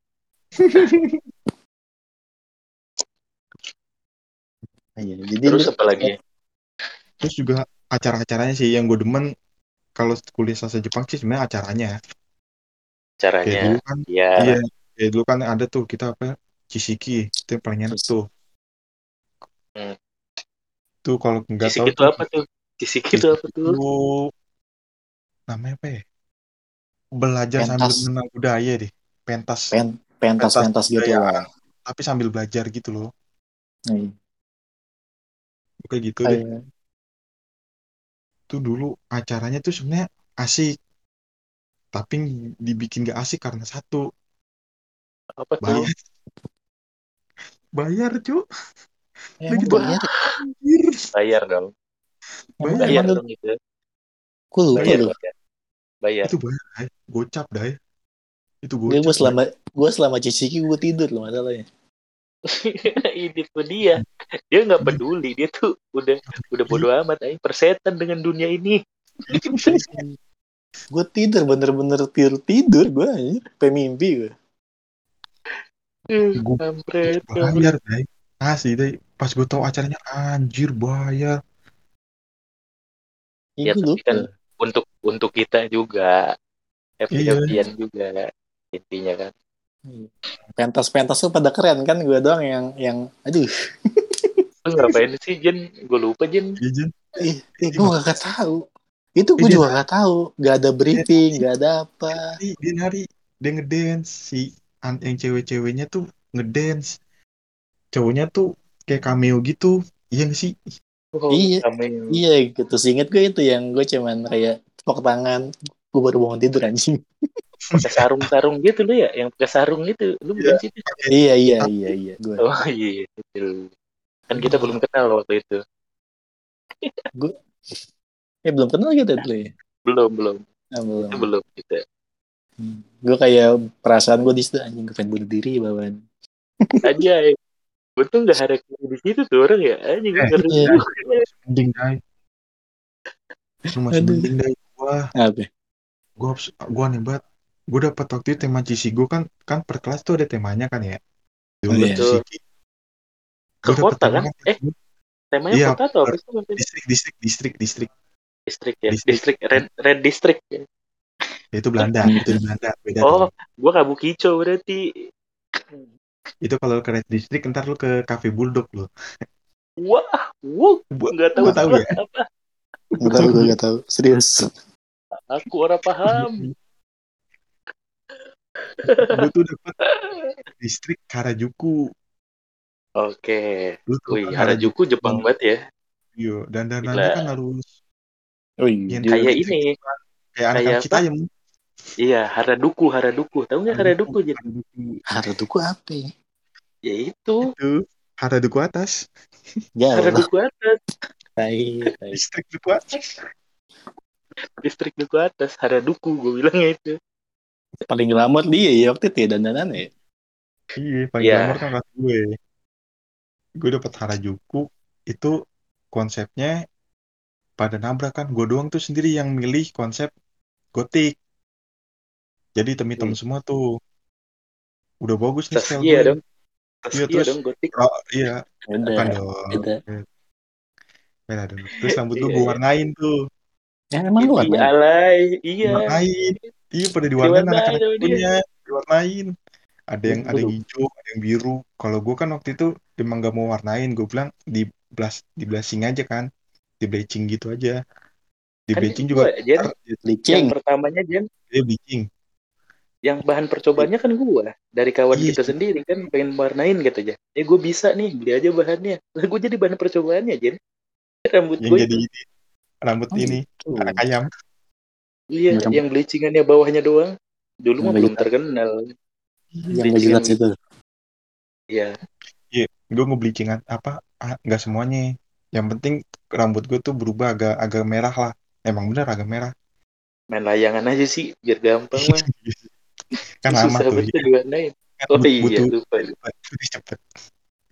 Iya, jadi lu Terus apa lagi? Terus juga acara-acaranya sih yang gue demen kalau kuliah sastra Jepang sih sebenarnya acaranya. Kayak Caranya? dulu kan, Ya, iya, kayak dulu kan ada tuh kita apa, Chisiki, itu yang paling enak tuh. hmm. Tuh kalau nggak Cisik tahu itu tuh, apa tuh? Cisik itu apa Chisiki tuh? itu namanya apa ya? Belajar sambil pentas, mengenal budaya deh. Pentas, pentas pentas pentas gitu budayaan, lah. tapi sambil belajar gitu loh. Nih, Kayak gitu deh. kayak Tuh dulu acaranya tuh sebenarnya asik, tapi dibikin gak asik karena satu, Apa tuh? bayar. Bayar, cu. Udah emang gitu, bayar. Wah, anjir. bayar dong. Emang Bayar. Bayar emang dong itu. gue lupa Bayar, loh. bayar. Bayar. Itu bayar, Dai. Gocap, Dai. Itu Gue gocap, Dai. gue selama Cisiki gue tidur loh masalahnya. Ini tuh dia. Dia nggak peduli. Dia tuh udah bodo amat. Persetan dengan dunia ini. Gue tidur bener-bener tidur gue aja, sampai mimpi gue. Gue Kampret, kampret. bayar, Dai. Asli, Dai. Pas gue tahu acaranya, anjir, bayar. Ya Ya gue tapi lupa. kan untuk kita juga Iya. happy-happyan juga intinya kan. Pentas-pentas tuh pada keren kan, gue doang yang aduh. Lu ngapain sih Jen? Gue lupa Jen. Iya, Jen. Gue gak tahu. Itu gue Dia juga nari, gak tahu. Gak ada dia briefing, nari, gak ada apa. dia ngedance. Si yang cewek-ceweknya tuh ngedance. Cowoknya tuh kayak cameo gitu. Iya nggak sih? Oh, Iya, cameo. iya gitu. Seinget gue itu yang gue cuman kayak tepuk tangan. Gue baru bangun tidur anjing. Pakai sarung-sarung gitu lu ya, yang pakai sarung gitu. Lu Iya, bukan sih itu? pakai Iya, iya, iya, tapi iya. Gue, Oh iya, itu. Kan kita wah, belum kenal waktu itu. gue, belum kenal gitu dulu ya. Belum, belum. Ah, Itu belum. belum kita. Gue kayak perasaan gue di situ anjing, gue pengen bunuh diri bawaan. Aja, gue tuh nggak harus di situ tuh orang ya. Anjing gue ngeri Iya. Dai, juga. masih mending, Dai. Lu masih Aduh. mending, Dai. Apa? Gua nih banget. Gue dapat waktu itu tema Cisigo kan, kan per kelas tuh ada temanya kan ya. Oh Dulu iya. Betul. Ciki. Ke Gue dapet kota tema kan? kan. Temanya Iya, kota atau apa sih maksudnya? distrik, distrik, distrik, distrik, Distrik ya. distrik. Distrik red district. Ya. Itu Belanda, itu di Belanda, beda Oh, dong. gue Kabukicho berarti. Itu kalau ke Red District ntar lu ke Cafe Bulldog lu. Wah, wuh, nggak tahu Gua tahu gua ya. apa. Gak tahu, gue gak tahu. Serius. Aku orang paham. Gue tuh dapet distrik Harajuku. Oke. Lu tau Wih, kan Harajuku Harajuku dan Jepang banget ya. iya, dan dananya kan Gila. harus Oh iya yang juga. Kayak trik-trik ini, gitu kan. Kayak kayak anak-anak apa? Citayam. Iya, Haraduku. Tahu nggak Harajuku, Haraduku, Jen? Harajuku. Harajuku apa ya? Ya itu, Itu Harajuku atas, Jauh lah. Haraduku atas, Tai. distrik Duku atas. distrik Duku atas, Haraduku, gue bilangnya itu. Paling glamor dia ya waktu itu ya, dandanan ya. Iya, paling Iya, glamor kan kelas gue. Gue dapet Harajuku itu konsepnya pada nabrak kan. Gue doang tuh sendiri yang milih konsep gotik. Jadi hitam-hitam wih, semua tuh. Udah bagus nih style Saskia gue. dong, Iya Saskia terus, dong, gotik. oh, iya, Beda, bukan dong. beda. Beda dong. Terus rambut gue Iya, gue iya. warnain tuh. Ya emang lu Ih, warnain. alay, iya. Diwarnain. Iya pada diwarnain Diwarnain anak-anak sama dia. itunya. Diwarnain. Ada Gue yang lupa. hijau, ada yang biru. Kalau gue kan waktu itu emang gak mau warnain. Gue bilang di blushing aja kan. Di bleaching gitu aja. Di Kan bleaching juga gue, Jen, ntar yang Bleaching. pertamanya, Jen, dia bleaching. yang bahan percobaannya kan gue. Dari kawan Iya, kita sendiri kan, pengen warnain gitu aja. Gue bisa nih, beli aja bahannya. Lah gue jadi bahan percobaannya, Jen. Rambut yang gue jadi itu. ini, rambut Oh ini gitu. anak ayam. Iya, Yang, yang bleachingannya bawahnya doang. Dulu yang mah gak belum jelas. terkenal. Yang gak Bleachingan jelas gitu. itu. Iya, gue nge-bleaching apa? Nggak semuanya. Yang penting rambut gue tuh berubah agak agak merah lah. Emang bener agak merah. Main layangan aja sih, biar gampang mah. Kan lama Susah tuh banget ya. diwarnain. Kan Oh iya, butuh lupa. cepet.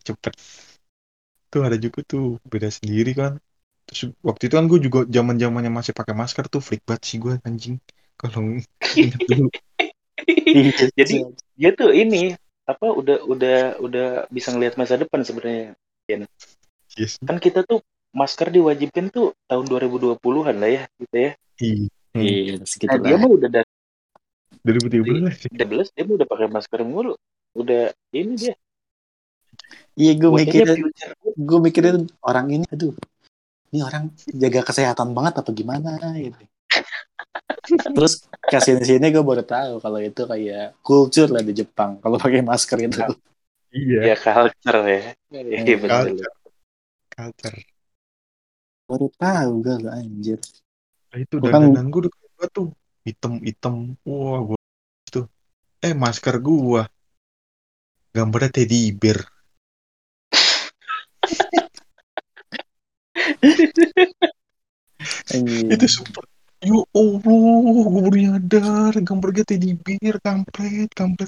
cepet. Tuh ada juga tuh beda sendiri kan. Terus waktu itu kan gue juga zaman-zamannya masih pakai masker tuh, freak banget sih gue anjing. Kalau inget dulu. Iya. Jadi dia tuh ini apa udah bisa ngelihat masa depan sebenarnya. Jen. Yes. Kan kita tuh masker diwajibkan tuh tahun 2020-an lah ya gitu ya. Iya. Iya, Nah, dia segitulah. mah udah dari 2013 sih. 13 dia mah udah pakai masker mulu. Udah ini dia Iya, kayaknya future. gue mikirin orang ini, aduh, ini orang jaga kesehatan banget apa gimana gitu. Terus kasih di sini gue baru tahu kalau itu kayak culture lah di Jepang kalau pakai masker itu. Iya. Ya culture ya. Iya betul. Culture. Baru tahu gue lo anjir. Nah, itu Gue kan dandanan gue udah kayak tuh hitam-hitam. Wah, gue tuh. Masker gua gambarnya teddy bear. Itu anjir. super. Ya Allah, gue baru nyadar gambarnya teddy bear, kampret, kampret.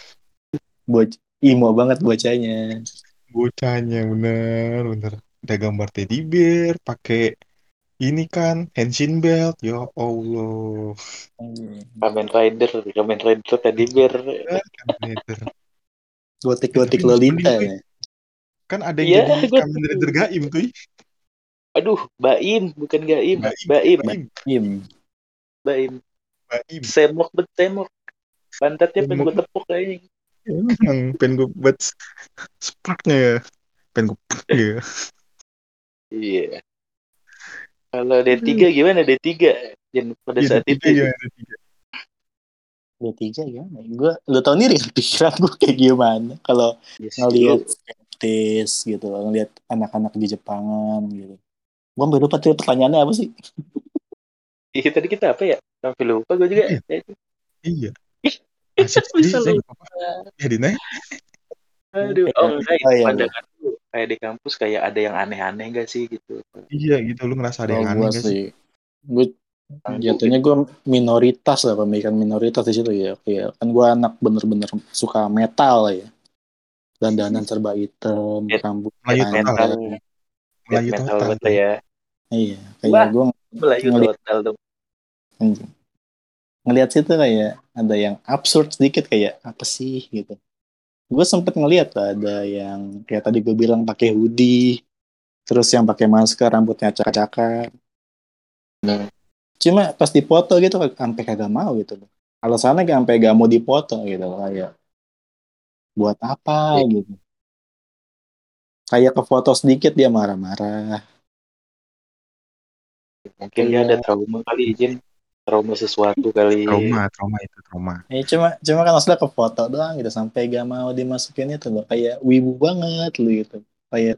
Imo banget bocahnya. Bocahnya bener, bener. Ada gambar teddy bear, pakai ini kan, henshin belt. Ya Allah. Kamen Rider tadi biar Kamen Rider. Gotik-gotik Tapi Lolita mending, ya. kan ada yang iya jadi gue Kamen Rider gaim tuh. aduh Baim bukan Gaim Baim, Baim Baim, Im. Baim Baim. semok semok pantatnya pengen Emang, gue tepuk kayaknya emang pengen gue buat sparknya ya. Pengen gue ya. iya kalau D3 gimana D3 dan pada Iya, saat D3 itu ya, D3. D3 gimana? Gue lu tau nih pikiran gue kayak gimana kalau yes, ngelihat lu skeptis gitu, ngelihat anak-anak di Jepangan gitu. Gue baru lupa tuh pertanyaannya apa sih? iya tadi kita apa ya sampai lupa gue juga Iya, ya, iya. Asik sendiri bisa saya lupa nggak apa-apa. Ya, Dina. aduh Iya, oh enggak oh itu iya, iya. pandangan lu kayak di kampus kayak ada yang aneh-aneh gak sih gitu Iya, gitu. Lu ngerasa ada Kalau yang aneh gue nggak sih? sih, gue jatuhnya gue minoritas lah, pemikiran minoritas di situ ya. Kayak kan gue anak bener-bener suka metal lah ya. Dandanan serba hitam, death, rambut Melayu death total. metal panjang. death Melayu metal total banget lah tuh. ya Iya, kayak wah gue Melayu ngeliat total dong ngeliat situ kayak ada yang absurd sedikit kayak apa sih gitu. Gue sempet ngeliat lah ada yang kayak tadi gue bilang pakai hoodie, terus yang pakai masker rambutnya acak-acakan. Cuma pas dipoto gitu sampai kagak mau gitu loh. Alasannya kayak sampai gak mau dipoto gitu loh, kayak buat apa ya, gitu. Kayak ke foto sedikit dia marah-marah. mungkin dia ada Kayak trauma kali izin trauma sesuatu kali Trauma itu trauma. cuma kan maksudnya ke foto doang gitu sampai gak mau dimasukin itu loh kayak wibu banget lu gitu. Kayak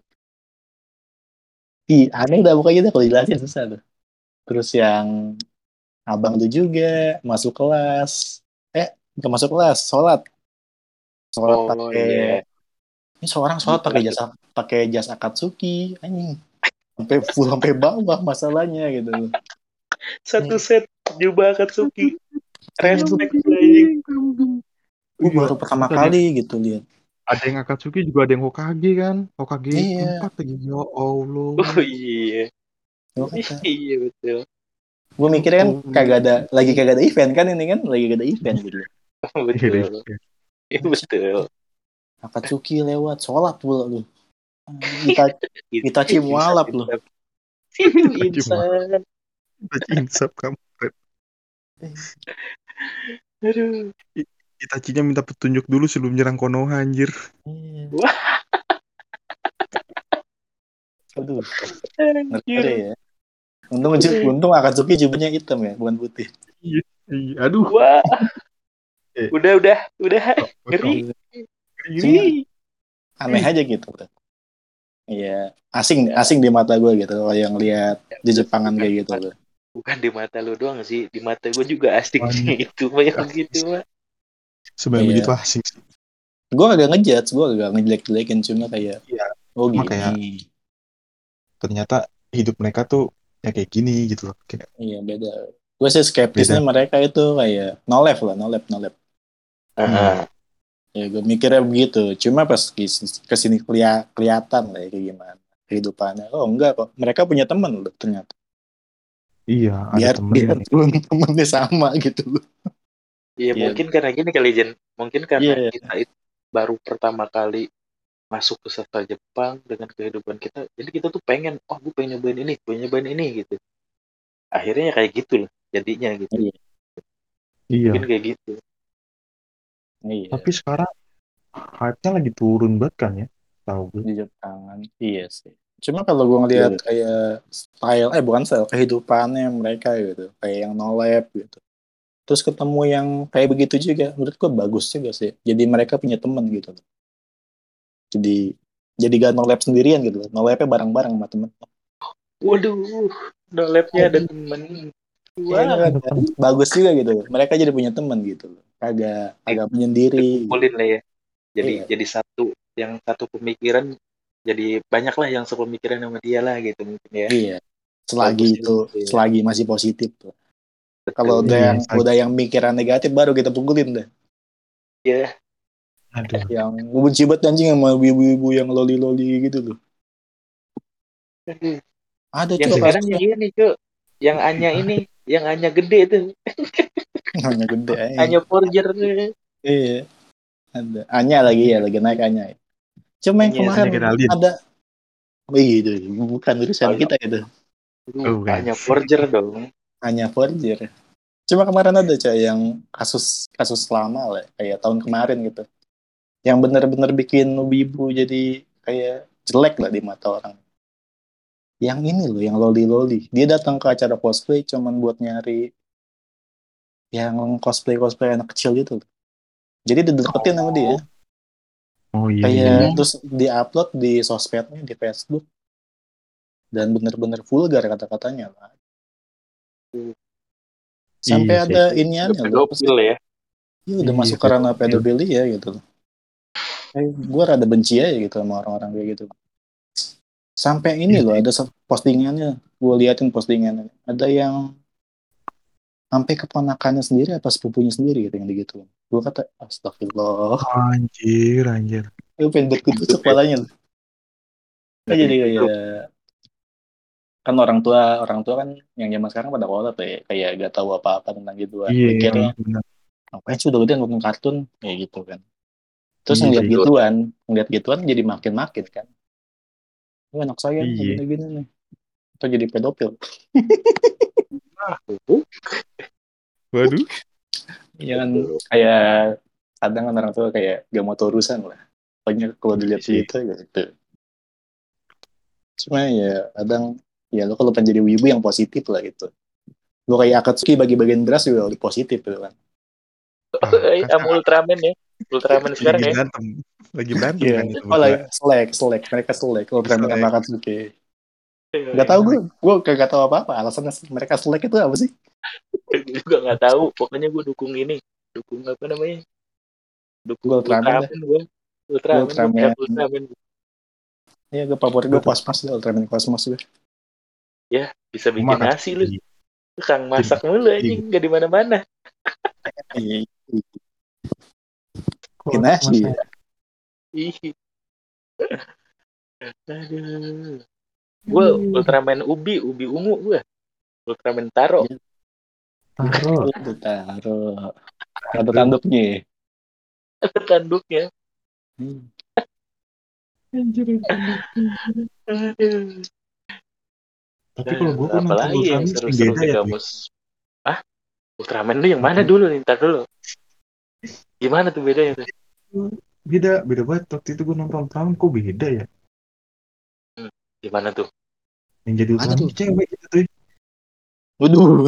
aneh dah pokoknya gitu kalau dijelasin susah tuh. Terus yang abang tuh juga masuk kelas. Bukan masuk kelas, sholat oh pakai iya ini seorang sholat jubah pakai jas Akatsuki anjing sampai full sampai bawah masalahnya gitu loh. satu set jubah Akatsuki Iya gue respect anjing gue Iya, baru pertama terus kali gitu lihat. ada yang Akatsuki juga ada yang Hokage kan. Hokage Iya, 4 lagi. Ya Allah. oh iya gue kata iya betul gue Ya mikirnya kan Allah. kagak ada event kan ini kan lagi gak ada event gitu. Iya deh. betul iya betul Akatsuki lewat sholat pula lu. Ita- Itachi insaf mualaf lu. insaf itu Cuma insan insap kamu. aduh Itachinya minta petunjuk dulu sebelum nyerang Konoha anjir. Iya. wah Aduh, ngeri anjir ya. Untung Akatsuki jubahnya hitam ya, bukan putih. Iya, iya. Aduh. wah Eh, udah ngeri kosong. Iya. Cuma ngeri aneh aja gitu. Iya, asing di mata gue gitu kalau yang lihat di Jepangan bukan kayak di gitu mata loh. bukan di mata lu doang sih di mata gue juga asing sih Banyak. itu banyak Asing begitu sih. mah Sebenarnya begitu Iya, asing sih. gue agak ngejudge, gue agak ngejelek-jelekin cuma kayak Iya. oh Cuma gini. kayak ternyata hidup mereka tuh ya kayak gini gitu loh. Kayak Iya beda. Gue sih beda. skeptisnya mereka itu kayak no left lah, no left. Hmm. Heeh. Ya gue mikirnya begitu. Cuma pas kesini kelihatan lah ya kayak gimana kehidupannya. Oh enggak kok. Mereka punya teman loh ternyata. Iya, ada Biar temennya biar nih. pun temennya sama gitu loh. Iya Iya. mungkin karena gini kali Jen. Mungkin karena Iya. kita itu baru pertama kali masuk ke sastra Jepang dengan kehidupan kita. Jadi kita tuh pengen, oh gue pengen nyobain ini gitu. Akhirnya kayak gitu loh jadinya gitu. Iya. Mungkin Iya, kayak gitu. Iya. tapi sekarang hype-nya lagi turun banget kan ya, tahu gue. Di Jepangan. Iya sih. Cuma kalau gue ngelihat Iya. kayak style, bukan style, kehidupannya mereka gitu. Kayak yang no lab gitu. Terus ketemu yang kayak begitu juga. Menurut gue bagus juga sih. Jadi mereka punya temen gitu. Jadi gak no lab sendirian gitu. No labnya bareng-bareng sama temen. Waduh, udah labnya ada Iya, temen. iya, itu Wah, kan Ada temen. bagus juga gitu. Mereka jadi punya temen gitu. Agak menyendiri gitu. dikumpulin lah ya. Jadi Iya, satu yang satu pemikiran jadi banyak lah yang sepemikiran sama dia lah gitu mungkin ya. iya. Selagi Bagus itu, juga ya. selagi masih positif tuh. Kalau Betul. udah Iya, udah yang mikiran negatif baru kita pukulin deh. Ya, aduh. Yang gue benci banget anjing sama ibu-ibu yang loli-loli gitu loh. aduh. Ada Yang cok sekarang kasusnya. yang ini cuy, yang Anya ini, yang Anya gede tuh, Hanya gede aja. Anya Forger tuh. Iya, ada. Anya lagi ya, lagi naik Anya. Cuma yang Anya kemarin Hanya Geraldine. ada, oh iya itu bukan urusan Anya, kita gitu. Oh, bukan. Anya Forger dong. Hanya forger. Cuma kemarin ada cak yang kasus kasus lama lah, kayak tahun kemarin gitu. Yang benar-benar bikin wibu jadi kayak jelek lah di mata orang. Yang ini loh, yang loli-loli. Dia datang ke acara cosplay cuman buat nyari yang cosplay anak kecil gitu loh. Jadi dideketin sama dia. Oh, Oh iya iya Kayak iya. terus diupload di sosmednya, di Facebook. Dan bener-bener vulgar kata-katanya lah. Sampai Iya sih. ada udah iniannya loh, apa sih? pedofil ya. Ya udah Iya, masuk ke ranah pedofil. pedofili ya gitu loh. Gue rada benci aja gitu sama orang-orang kayak gitu. Sampai ini Iya loh, sih. ada postingannya. Gue liatin postingannya. Ada yang sampai keponakannya sendiri apa sepupunya sendiri gitu yang begitu. Gue kata, astagfirullah. Anjir, anjir. Gue pengen berkutus Hidup ya. kepalanya loh. Nah, Ngeri jadi kayak hidup. kan orang tua kan yang zaman sekarang pada kolot ya, kayak gak tahu apa-apa tentang gituan. Iya, Mikirnya benar. ngapain sih udah gede nonton kartun kayak gitu kan. Terus Iya sih. Betul. ngeliat gituan jadi makin-makin kan. Oh, anak saya nih Iya. gini-gini nih. Atau jadi pedofil. Ah, Waduh. Iya kan kayak kadang kan orang tua kayak gak mau tahu urusan lah. Pokoknya kalau Iya dilihat sih. berita gitu. Cuma ya kadang ya lo kalau pengen jadi wibu yang positif lah gitu. Lo kayak Akatsuki bagi bagian beras juga lebih positif gitu kan. Ah, kan sama sekarang Ultraman ya. Ultraman sekarang lagi ya. berantem. Lagi berantem Iya, kan itu oh berdua. lagi selek, mereka selek kalau Ultraman sama Selek. Akatsuki. Gak tau Iya. gue kagak tahu apa-apa. Alasannya mereka selek itu apa sih? Gue juga nggak tahu. Pokoknya gue dukung ini. Dukung apa namanya? Gue Dukung Ultraman dah. Ultraman gue. Gue Ultraman gue pihak Ultraman. Ultraman. Iya, gue favorit Gue gue tetap Cosmos, Ultraman Cosmos gue. Ya, bisa rumah bikin nasi lu. Akatsuki. Kang Jadi masak mulu Akatsuki. anjing, gak di mana-mana. Iya, Kalau gimana sih? masa Ih, aduh. Gue Ultraman ubi ungu gue. Ultraman Taro. Iya, taruh. itu taruh. Ada Aduh. tanduknya. Tanduknya. Hmm. Anjir, aduh. Aduh. Tapi kalau gue kok nonton Apalagi yang Ultraman sering seru-seru beda di ya, Pi. kamus. Ah, Ultraman lu yang mana Nonton dulu nih? Ntar dulu. Gimana tuh bedanya tuh? beda, beda banget. Waktu itu gue nonton Ultraman kok beda ya. Hmm, gimana tuh? Yang jadi Ada Ultraman tuh. tuh cewek gitu tuh. Waduh.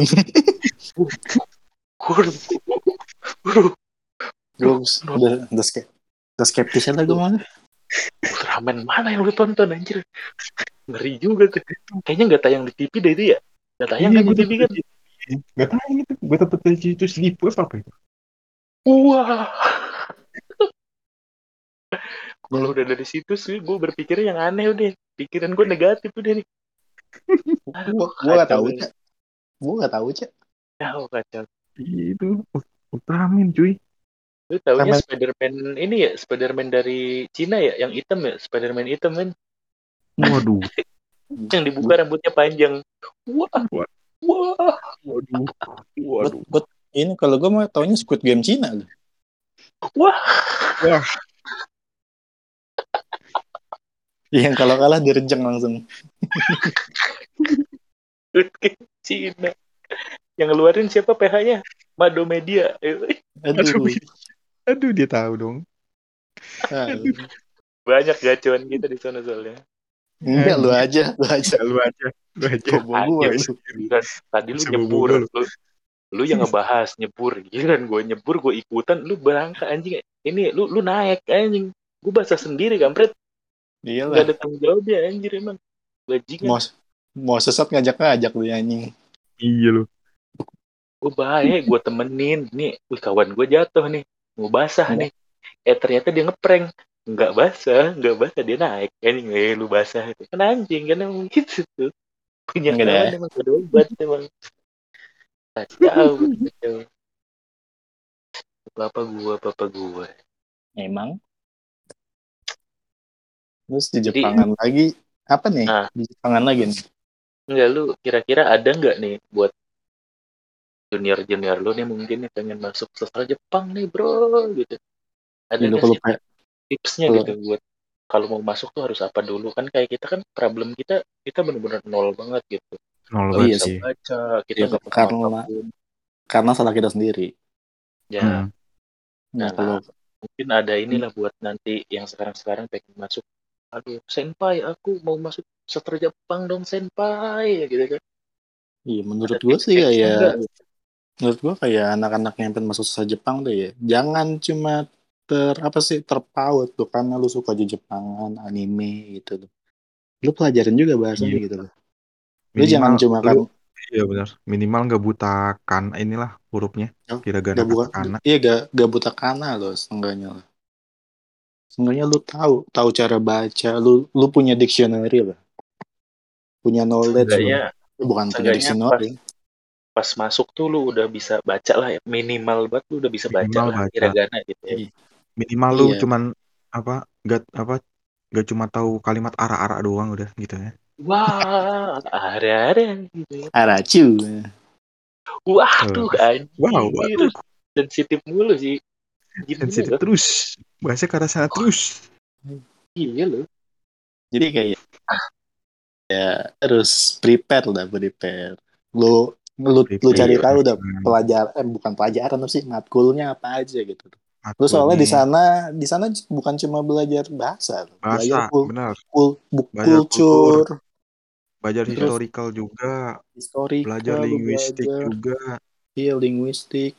Waduh, waduh, Gue waduh, udah skeptis lah gue malah. Ultraman mana yang lu tonton anjir? Ngeri juga tuh. Kayaknya nggak tayang di TV deh itu ya. Nggak tayang Iya, kan di gue TV dapet kan? dari gak tahu gitu. Gue dapet dari situ Sleepwave apa itu? Wah, kalau Ya, udah dari situ sih gue berpikirnya yang aneh udah. Pikiran gue negatif udah nih. Aduh, gue gak kacau tahu banget. cak. Gue gak tahu cak. Kacau, kacau. Iya, itu Ultraman cuy. Lu taunya Sama Spider-Man ini ya, Spider-Man dari Cina ya, yang hitam ya, Spider-Man hitam kan, Waduh. yang dibuka rambutnya panjang. Wah, Wa- wah, Waduh. buat Waduh. buat ini kalau gue mau taunya Squid Game Cina loh. wah. Wah. Yang kalau kalah direjeng langsung. Cina. Yang ngeluarin siapa PH-nya? Mado Media. Aduh. Aduh. Aduh, dia tahu dong. Aduh. Banyak gacuan kita di sana soalnya. Enggak, lu Anjir. aja, lu aja. Lu aja. Lu aja. Bobo gue Anjir, lu. giliran tadi lu Bisa nyebur, bobo lu. lu yang ngebahas nyebur, giliran gue nyebur, gue ikutan, lu berangkat anjing. Ini lu naik anjing. Gue basah sendiri kampret. Nggak ada Iyalah. tanggung jawabnya anjir emang. Bajingan. Mau mau sesat ngajak-ngajak lu ya, anjing. Iya lu. Gue baik, gue temenin. Nih, wih kawan gue jatuh nih. Mau basah nih. Ternyata dia ngeprank. Nggak basah dia naik. Anjing, lu basah. Kan anjing, kan emang gitu tuh. Punya Enggak kawan dah. emang gak ada obat emang. Kacau, kacau. Apa gua. Emang. Terus di Jadi, Jepangan lagi apa nih? nah, Di Jepangan lagi nih. enggak lu kira-kira ada nggak nih buat junior-junior lu nih mungkin nih pengen masuk sastra Jepang nih bro gitu. Ada Dulu nggak kalau sih tipsnya kalau gitu buat kalau mau masuk tuh harus apa dulu kan kayak kita kan problem kita bener-bener nol banget gitu. Nol Nggak iya banget bisa sih. sih. baca, kita Ya nggak tahu karena apapun. karena salah kita sendiri. Ya, Nah, nah kalau mungkin ada inilah buat nanti yang sekarang-sekarang pengen masuk. Aduh, senpai, aku mau masuk sastra Jepang dong, senpai, gitu kan. iya Ada menurut gue sih tips-tipsnya kayak enggak? menurut gua kayak anak-anak yang pengen masuk sastra Jepang tuh ya jangan cuma apa sih terpaut tuh karena lu suka aja Jepangan anime gitu loh. Lu pelajarin juga bahasanya Iya. gitu loh. Lu jangan Minimal cuma lu, kan iya benar. Minimal nggak buta kan inilah hurufnya. Hiragana gak bukan katakana. iya gak buta kana loh setengahnya lah. Setengahnya lu tahu cara baca, lu punya dictionary lah, punya knowledge lah. Seenggaknya, Lu bukan punya seenggaknya pas dictionary. pas masuk tuh lu udah bisa baca lah ya. Minimal banget lu udah bisa baca Minimal lah baca. hiragana gitu ya. I- Minimal lu iya, cuman apa apa gak cuma tahu kalimat ara-ara doang udah gitu ya. Wah, ada gitu ya. aracu. Eh, Waduh, wow, anjir. waduh, Sensitif mulu sih. Gini sensitif loh. terus. Bahasa ke arah sana terus. Iya loh. Jadi kayak harus prepare lah, prepare. Lu cari tahu Prepare. udah pelajaran bukan pelajaran apa sih matkulnya apa aja gitu. Lu soalnya Matkulnya di sana bukan cuma belajar bahasa, belajar bahasa, benar. Belajar kultur, culture, belajar terus historical juga, belajar historika lu linguistik belajar, juga. iya linguistik.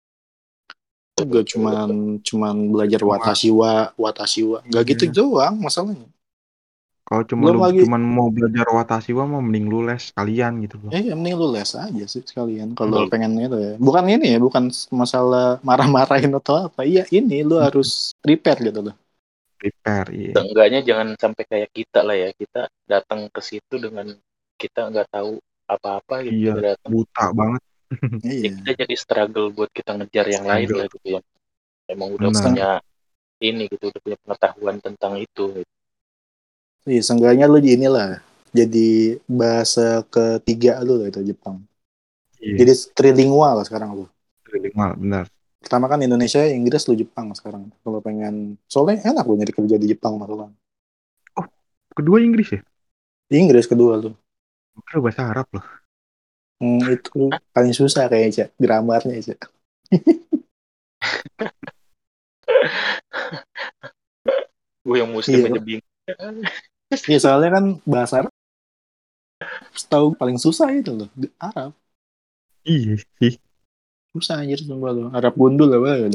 Gak cuman belajar Cuma watashiwa nggak gitu iya. doang masalahnya. Kalau cuma Belum lu lagi cuman mau belajar Watashi mau mending lu les kalian gitu loh. mending lu les aja sih sekalian kalau Betul. pengen itu ya. Bukan ini ya, bukan masalah marah-marahin atau apa. Iya, ini lu harus prepare gitu loh. Prepare, iya. Seenggaknya jangan sampai kayak kita lah ya. Kita datang ke situ dengan kita nggak tahu apa-apa gitu. Iya, Kita datang. buta banget. Ya Iya. kita jadi struggle buat kita ngejar yang lain Struggle. lah gitu ya. Emang udah Benar. punya ini gitu, udah punya pengetahuan tentang itu. Gitu. Iya, seenggaknya lu di inilah jadi bahasa ketiga lu lah itu Jepang. Iya, Jadi trilingual lah sekarang lu. trilingual, benar. Pertama kan Indonesia, Inggris, lu Jepang sekarang. Kalau pengen, soalnya enak lu nyari kerja di Jepang masalah. Oh, kedua Inggris ya? Inggris kedua lu. Kira bahasa Arab loh. Itu paling susah kayaknya, Cak. Gramarnya, Cak. Gue yang muslim aja Iya, bingung. iya soalnya kan bahasa Arab setahu paling susah itu loh. Di Arab. Iya sih. Susah anjir sumpah loh. Arab gundul apa gitu.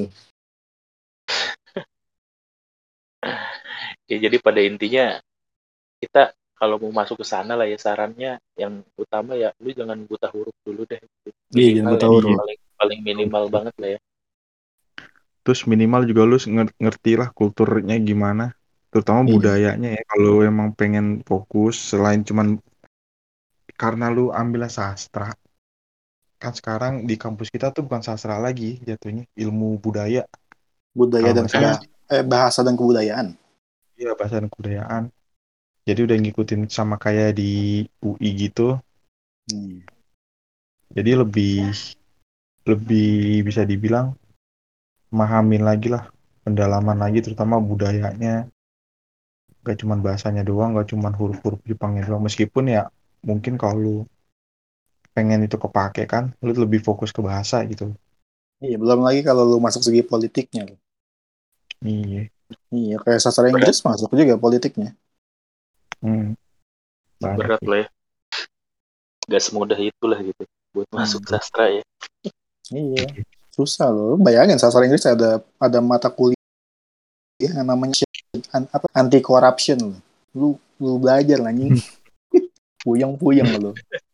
Ya jadi pada intinya kita kalau mau masuk ke sana lah ya sarannya yang utama ya lu jangan buta huruf dulu deh. Iya, jangan Minimal buta ya huruf. Iya. paling paling minimal banget lah ya. Terus minimal juga lu ngerti lah kulturnya gimana. Terutama Iya. budayanya ya. Kalau emang pengen fokus selain cuman karena lu ambilnya sastra. Kan sekarang di kampus kita tuh bukan sastra lagi jatuhnya ilmu budaya. Budaya Kalau dan nggak salah, bahasa dan kebudayaan. iya bahasa dan kebudayaan. Jadi udah ngikutin sama kayak di UI gitu. Hmm. Jadi lebih lebih bisa dibilang pemahamin lagi lah, pendalaman lagi terutama budayanya. Gak cuman bahasanya doang, gak cuman huruf-huruf Jepangnya doang. Meskipun ya mungkin kalau lu pengen itu kepake kan, lu lebih fokus ke bahasa gitu. Iya, belum lagi kalau lu masuk segi politiknya. Iya. Iya, kayak sastra Berat, Inggris masuk juga politiknya. Hmm, banyak berat sih. lah ya. Gak semudah itulah gitu buat masuk Hmm. sastra ya. Iya, susah loh. Bayangin sastra Inggris ada mata kuliah yang namanya anti corruption loh. Lu belajar lah anjing. Puyeng-puyeng lo.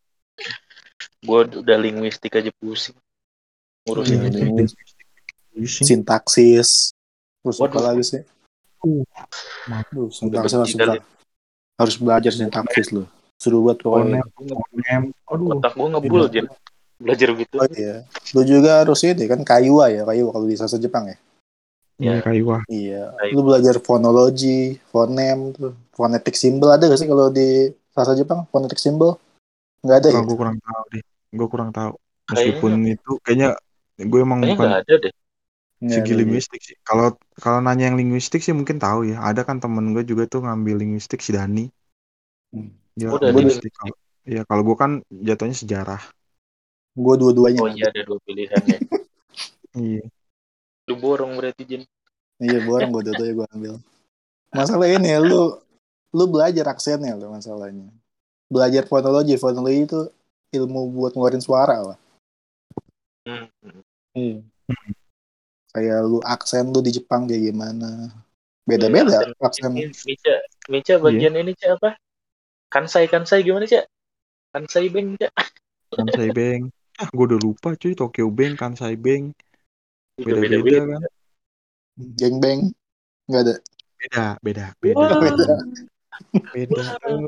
Gue udah linguistik aja pusing Iya, ngurusin itu. linguis, Pusing. sintaksis. Terus apa Waduh, lagi sih? Maaf. Duh, udah sintaksis benci kali. harus belajar sintaksis loh. Seru banget pokoknya. Fonem, fonem. Aduh. Otak gue ngebul Iya. aja belajar gitu. Oh iya. Lu juga harus ini kan kaiwa ya, kaiwa kalau di sastra Jepang ya. Iya, Ya, Kaiwa. Iya. kayak Lu belajar fonologi, fonem, tuh. Phonetic symbol ada gak sih kalau di sastra Jepang? Phonetic symbol? Nggak ada Oh, ya? gue kurang tahu deh. Gue kurang tahu. Meskipun kayaknya itu kayaknya gue emang bukan nggak ada deh. Nggak segi ada ya. linguistik sih. Kalau kalau nanya yang linguistik sih mungkin tahu ya. Ada kan temen gue juga tuh ngambil linguistik si Dani. Dia Oh, dari linguistik. linguistik. Iya, kalau gue kan jatuhnya sejarah. Gue dua-duanya Oh iya ngambil. ada dua pilihan ya. Iya. Lu borong berarti Jen. Iya, borong gue dua-duanya gue ambil. Masalah ini ya, lu belajar aksennya lo masalahnya. Belajar fonologi itu ilmu buat ngeluarin suara lah. Hmm. Iya. Kayak lu aksen lu di Jepang kayak gimana? Kayak Beda-beda aksen aksen. ini Mica, Mica Iya. bagian ini Cak apa? Kansai Kansai gimana Cak? Kansai Beng Cak. Kansai Bank. Ah, gue udah lupa cuy. Tokyo Bank, Kansai Bank. Juga Beda-beda beda-beda. kan. Geng beng nggak ada. Beda, beda, beda. Oh, Wah, beda. Beda dong.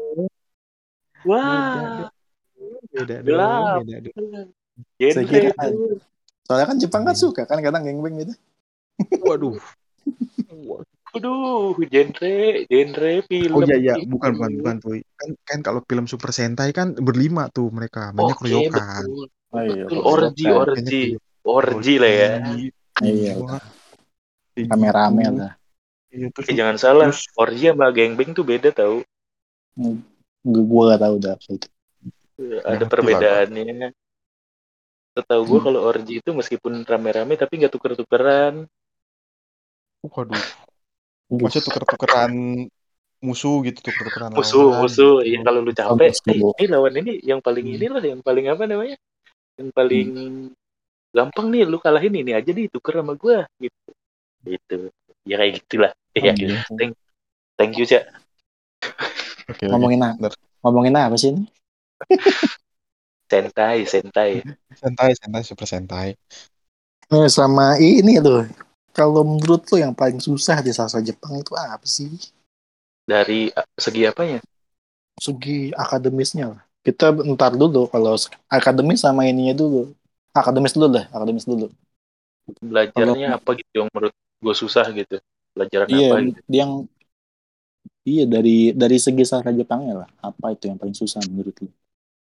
Beda wah, dong. Beda dong. gelap. Beda dong. Saya Genre kira itu. soalnya kan Jepang kan Iya. suka kan kadang geng beng gitu. Waduh. Waduh, genre Oh film iya iya, itu. bukan tuh. Kan kalau film Super Sentai kan berlima tuh mereka, mainnya Oke, keroyokan. betul. Oh iya, Betul, kalau orgi, kan. Mainnya orgi. keroyokan. Orgi lah ya. Iya Iya, lah. kayak gitu. Rame-rame lah. Iya terus Jangan salah, terus orgi sama gangbang tuh beda tau. Gue gak tahu dah itu. nggak Ada ngerti lah gua. perbedaannya. Setahu gue kalau orgi itu meskipun rame-rame tapi nggak tuker-tukeran. Waduh, Aduh, maksudnya tuker-tukeran musuh gitu, tuker-tukeran lawan Musuh-musuh, gitu. ya kalau lu capek, bagus tuh. ini lawan ini yang paling Hmm. inilah, yang paling apa namanya? Yang paling gampang nih, lu kalahin ini aja nih, tuker sama gue, gitu. Gitu. Ya kayak gitulah. Oh, Ya, gitu. thank you, Cak. Oke, Ngomongin Bentar. ngomongin apa sih ini? Sentai, sentai. Sentai, super sentai. Sama ini tuh. Kalau menurut lo yang paling susah di sastra Jepang itu apa sih? Dari segi apanya? Segi akademisnya lah. Kita ntar dulu kalau akademis sama ininya dulu. Akademis dulu. Kalau Belajarnya apa gitu yang menurut gue susah gitu? Pelajaran iya apa gitu? yang iya dari segi sastra Jepangnya lah. Apa itu yang paling susah menurut lo?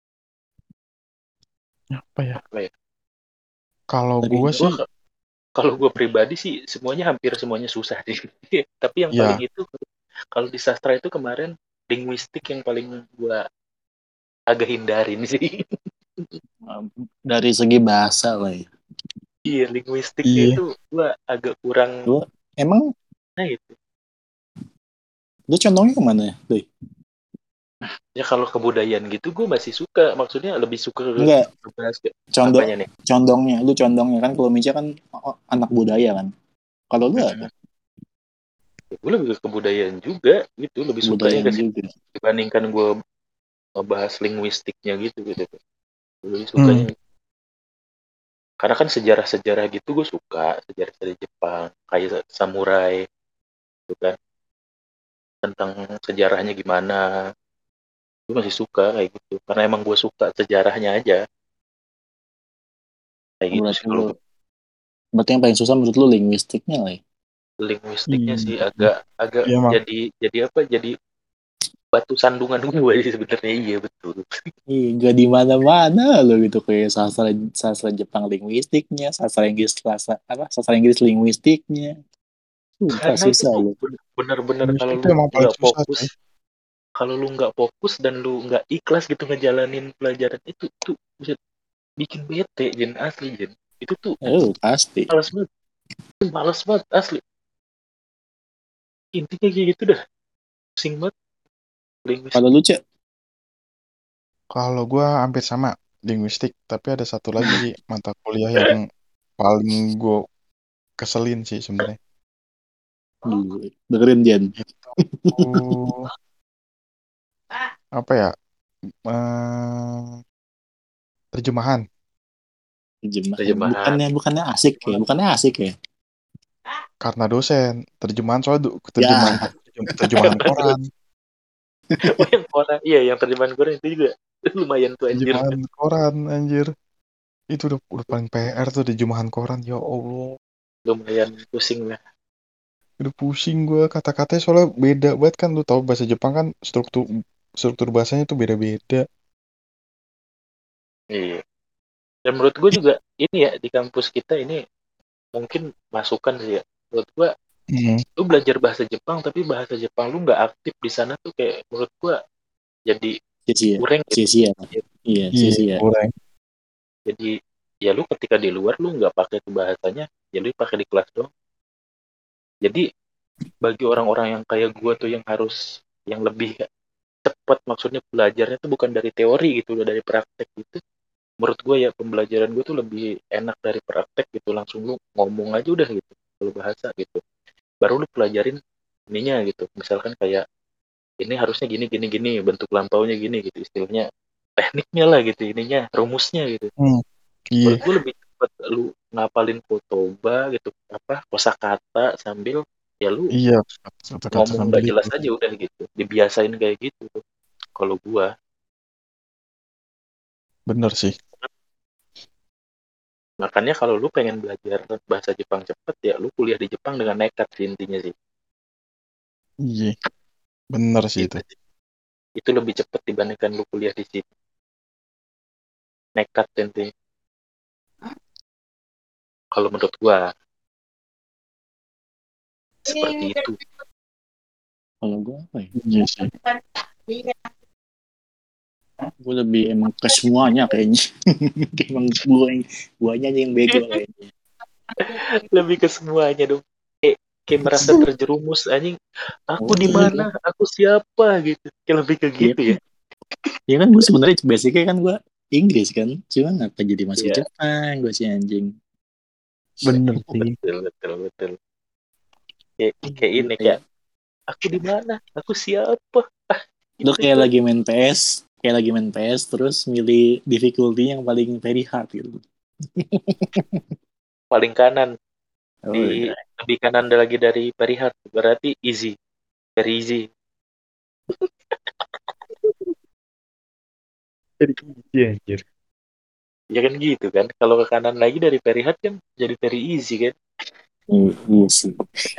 Apa ya? Apa ya? Kalau Dari gua Gua sih, kalau gue pribadi sih semuanya hampir semuanya susah deh. Tapi yang paling ya, itu kalau di sastra itu kemarin linguistik yang paling gue agak hindarin sih. dari segi bahasa lah ya. Iya, linguistiknya iya, itu gue agak kurang. Lo emang Nah itu. lu condongnya kemana ya? Doi? Ya kalau kebudayaan gitu gue masih suka. Maksudnya lebih suka Enggak, bahas ke condong apanya nih? condongnya kan kalau Mica kan anak budaya kan. Kalau lu apa? Gue lebih ke kebudayaan juga gitu. Lebih suka ya Kebudayaan ke situ juga. dibandingkan gue ngebahas linguistiknya gitu. Lebih sukanya. hmm, Karena kan sejarah-sejarah gitu gue suka. Sejarah-sejarah Jepang. Kayak samurai. Gitu kan. Tentang sejarahnya gimana. Gue masih suka kayak gitu. Karena emang gue suka sejarahnya aja. Kayak gitu Berarti sih kalau lu gue. berarti yang paling susah menurut lu linguistiknya lah ya. linguistiknya sih Iya, agak iya emang. jadi apa? Jadi batu sandungan gue sih sebenarnya. Iya betul. Iya, gak di mana-mana loh gitu kayak sastra sastra Jepang linguistiknya, sastra Inggris linguistiknya. Sumpah Karena itu susah tuh loh. bener-bener kalau Linguistik itu lu emang paling nggak susah fokus, sih. kalau lu nggak fokus dan lu nggak ikhlas gitu ngejalanin pelajaran itu tuh bisa bikin bete, Jen, asli, Jen. Itu tuh Pasti. males banget, males banget asli. Intinya kayak gitu dah, pusing banget Kalau linguistik. lu Cek, Kalau gue hampir sama linguistik, tapi ada satu lagi sih mata kuliah yang paling gue keselin sih sebenarnya. dengerin Jen. Itu apa ya? Eh, terjemahan. Terjemahan. Terjemahan. Bukannya asik ya, bukannya asik ya. Karena dosen terjemahan soal terjemahan Ya, terjemahan koran, Oh yang koran, iya yang terjemahan koran itu juga lumayan tuh anjir. terjemahan koran anjir. Itu udah paling PR tuh terjemahan koran, ya Allah. Lumayan pusing lah. Udah pusing gue, kata-katanya soalnya beda banget kan. Lu tahu bahasa Jepang kan struktur struktur bahasanya tuh beda-beda. Iya. Dan menurut gue juga ini ya di kampus kita ini mungkin masukan sih ya. Menurut gue Hmm. lu belajar bahasa Jepang tapi bahasa Jepang lu nggak aktif di sana tuh kayak menurut gue jadi sia-sia. kurang gitu. Sia-sia. Iya, Iya, sia-sia. kurang. Jadi ya lu ketika di luar lu nggak pakai tuh bahasanya, ya lu pakai di kelas doang. Jadi bagi orang-orang yang kayak gue tuh yang harus yang lebih cepat, maksudnya belajarnya tuh bukan dari teori gitu, udah dari praktek gitu. Menurut gue ya pembelajaran gue tuh lebih enak dari praktek gitu, langsung lu ngomong aja udah gitu kalau bahasa gitu. Baru lu pelajarin ininya gitu. Misalkan kayak ini harusnya gini gini gini, bentuk lampaunya gini gitu istilahnya. Tekniknya lah gitu, ininya, rumusnya gitu. Hmm. Iya, Menurut gue lebih cepat lu ngapalin kotoba gitu, apa kosakata sambil ya lu iya, kata-kata ngomong sambil nggak jelas itu. aja udah gitu. Dibiasain kayak gitu tuh. Kalau gua, Bener sih. makanya kalau lu pengen belajar bahasa Jepang cepet ya lu kuliah di Jepang dengan nekat sih intinya sih. Iya, bener sih itu. Gitu sih. Itu lebih cepet dibandingkan lu kuliah di sini. Nekat intinya. Kalau menurut gua seperti itu. Kalau gue apa ya? Iya sih. Gue lebih emang ke semuanya kayaknya. Emang guanya aja yang bego kayaknya. Lebih ke semuanya dong. Kayak merasa terjerumus anjing. Aku Oh di iya. mana? Aku siapa gitu. Kayak lebih ke Iya gitu kan? ya. Iya kan gue sebenarnya basicnya kan gue Inggris kan. Cuman apa jadi masuk Iya, Jepang gue si anjing. Bener sih. betul betul betul. Kayak Lu ini kayak kayak aku di mana? Aku siapa? Ah, lu gitu kayak kan. lagi main PS, kayak lagi main PS terus milih difficulty yang paling very hard gitu. Paling kanan Oh di iya. lebih kanan lagi dari Perihat berarti easy, very easy. Jadi iya anjir. Ya kan gitu kan. Kalau ke kanan lagi dari Perihat kan jadi very easy kan. Iya sih.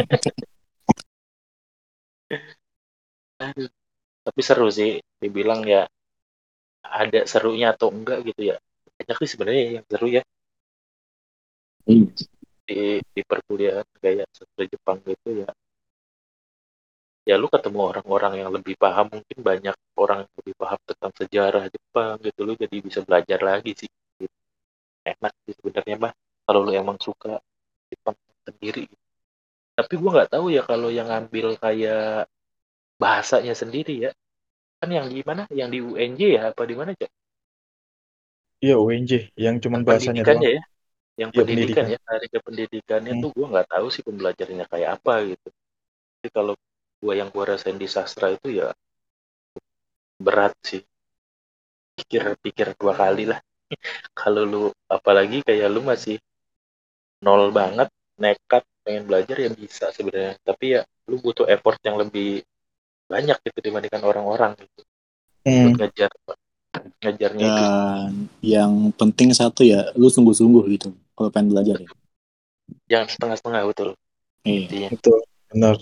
Aduh, tapi seru sih dibilang ya, ada serunya atau enggak gitu ya. Banyak sih sebenarnya yang seru ya Iya. di perkuliahan kayak sastra Jepang gitu ya. Ya lu ketemu orang-orang yang lebih paham, mungkin banyak orang yang lebih paham tentang sejarah Jepang gitu, lu jadi bisa belajar lagi sih. Enak sih sebenarnya mah kalau lu emang suka Jepang sendiri. Tapi gue nggak tahu ya kalau yang ngambil kayak bahasanya sendiri ya. Kan yang di mana? Yang di UNJ ya apa di mana, Cak? Iya UNJ yang cuman Yang bahasanya doang. pendidikannya ya. Yang Iya pendidikan pendidikan. ya, hari ke pendidikannya Hmm. tuh gue nggak tahu sih pembelajarannya kayak apa gitu. Jadi kalau yang gue rasain di sastra itu ya berat sih. Pikir-pikir dua kali lah. Kalau lu apalagi kayak lu masih nol banget, nekat pengen belajar ya bisa sebenarnya. Tapi ya lu butuh effort yang lebih banyak gitu dibandingkan orang-orang gitu. Buat Hmm. ngejarnya itu Dan yang penting satu ya, lu sungguh-sungguh gitu kalau pengen belajar ya. jangan setengah-setengah betul. Iya. intinya. Betul, benar.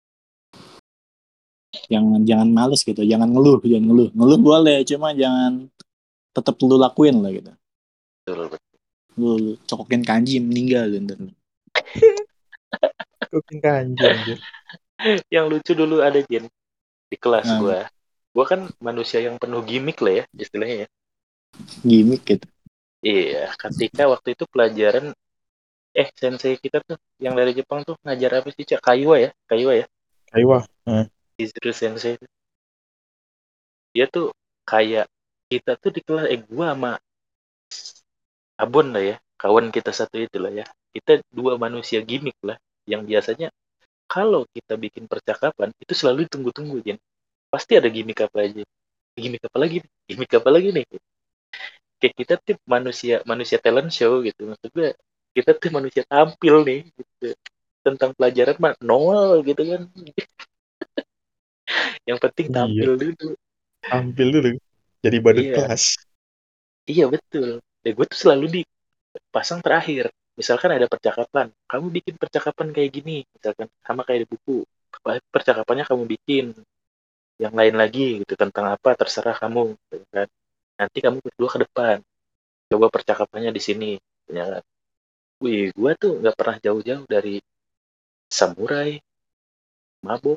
Jangan males gitu, jangan ngeluh. Ngeluh boleh, cuma jangan tetap lu lakuin lah gitu. Betul, betul. Lu cokokin kanji meninggal lu ntar. Kuping kanji anjir. Yang lucu dulu ada Jen di kelas Nah, gua kan manusia yang penuh gimmick lah ya istilahnya ya. gimmick gitu. Iya, ketika waktu itu pelajaran sensei kita tuh yang dari Jepang tuh ngajar apa sih, Cak? Kaiwa ya. Aiwa. Chizuru sensei. Dia tuh kayak kita tuh di kelas gua sama Abon lah ya, kawan kita satu itu lah ya. Kita dua manusia gimmick lah yang biasanya kalau kita bikin percakapan itu selalu ditunggu-tunggu, Jen. Pasti ada gimmick apa aja. Gimmick apa lagi? Gimmick apa lagi nih? Kayak kita tuh manusia manusia talent show gitu. Maksud gue kita tuh manusia tampil nih gitu. Tentang pelajaran mah nol gitu kan. Yang penting Iya, tampil dulu. tampil dulu. Jadi badut Iya, kelas. iya betul. Gue tuh selalu dipasang terakhir. Misalkan ada percakapan, kamu bikin percakapan kayak gini, misalkan sama kayak di buku. Percakapannya kamu bikin, yang lain lagi gitu tentang apa terserah kamu, gitu kan. Nanti kamu berdua ke depan, coba percakapannya di sini, ya kan. Wih, gue tuh nggak pernah jauh-jauh dari samurai, mabok,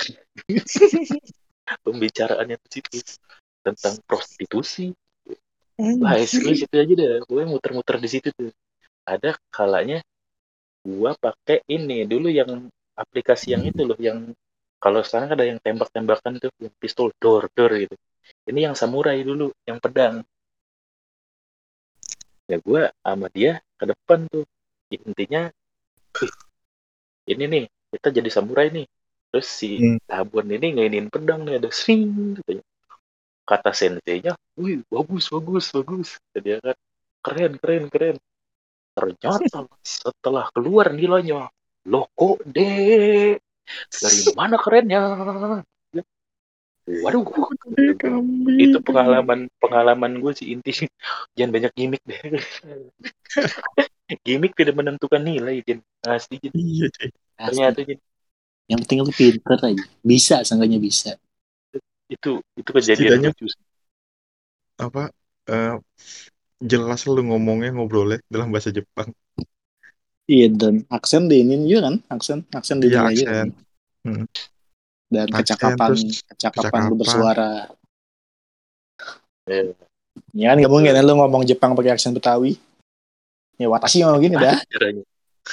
pembicaraannya di situ tentang prostitusi. Wah, Anjir. eksklusif aja deh, gue muter-muter di situ tuh. Ada kalanya gua pakai ini dulu yang aplikasi yang itu loh, yang kalau sekarang ada yang tembak-tembakan tuh, yang pistol dor gitu. Ini yang samurai dulu, yang pedang. Ya gua sama dia ke depan tuh. Intinya, wih, ini nih kita jadi samurai nih. Terus si Hmm. Tabon ini ngainin pedang nih, ada swing gitu ya. Kata senseinya, wih bagus bagus bagus. Jadi dia kan keren keren keren. Ternyata setelah keluar nilainya, loh kok deh, dari mana kerennya? Waduh, itu Kambing. pengalaman pengalaman gue sih inti. Jangan banyak gimmick deh. Gimmick tidak menentukan nilai, Jen. Asli, Jen. Iya, cuy. Asli. Ternyata, Jen. Yang penting lu pinter aja. Bisa, seenggaknya bisa. Itu kejadian Setidaknya lucu sih. apa eh, jelas lu ngomongnya ngobrolnya dalam bahasa Jepang. Iya, dan aksen di ini juga kan, aksen Iya, dinilai juga aksen. kan. Hmm. Dan Aksen terus kecakapan lu percakapan. bersuara. Eh, Ya kan, nggak mungkin betul. kan lu ngomong Jepang pakai aksen Betawi. Ya watashi mau gini Gimana dah. caranya?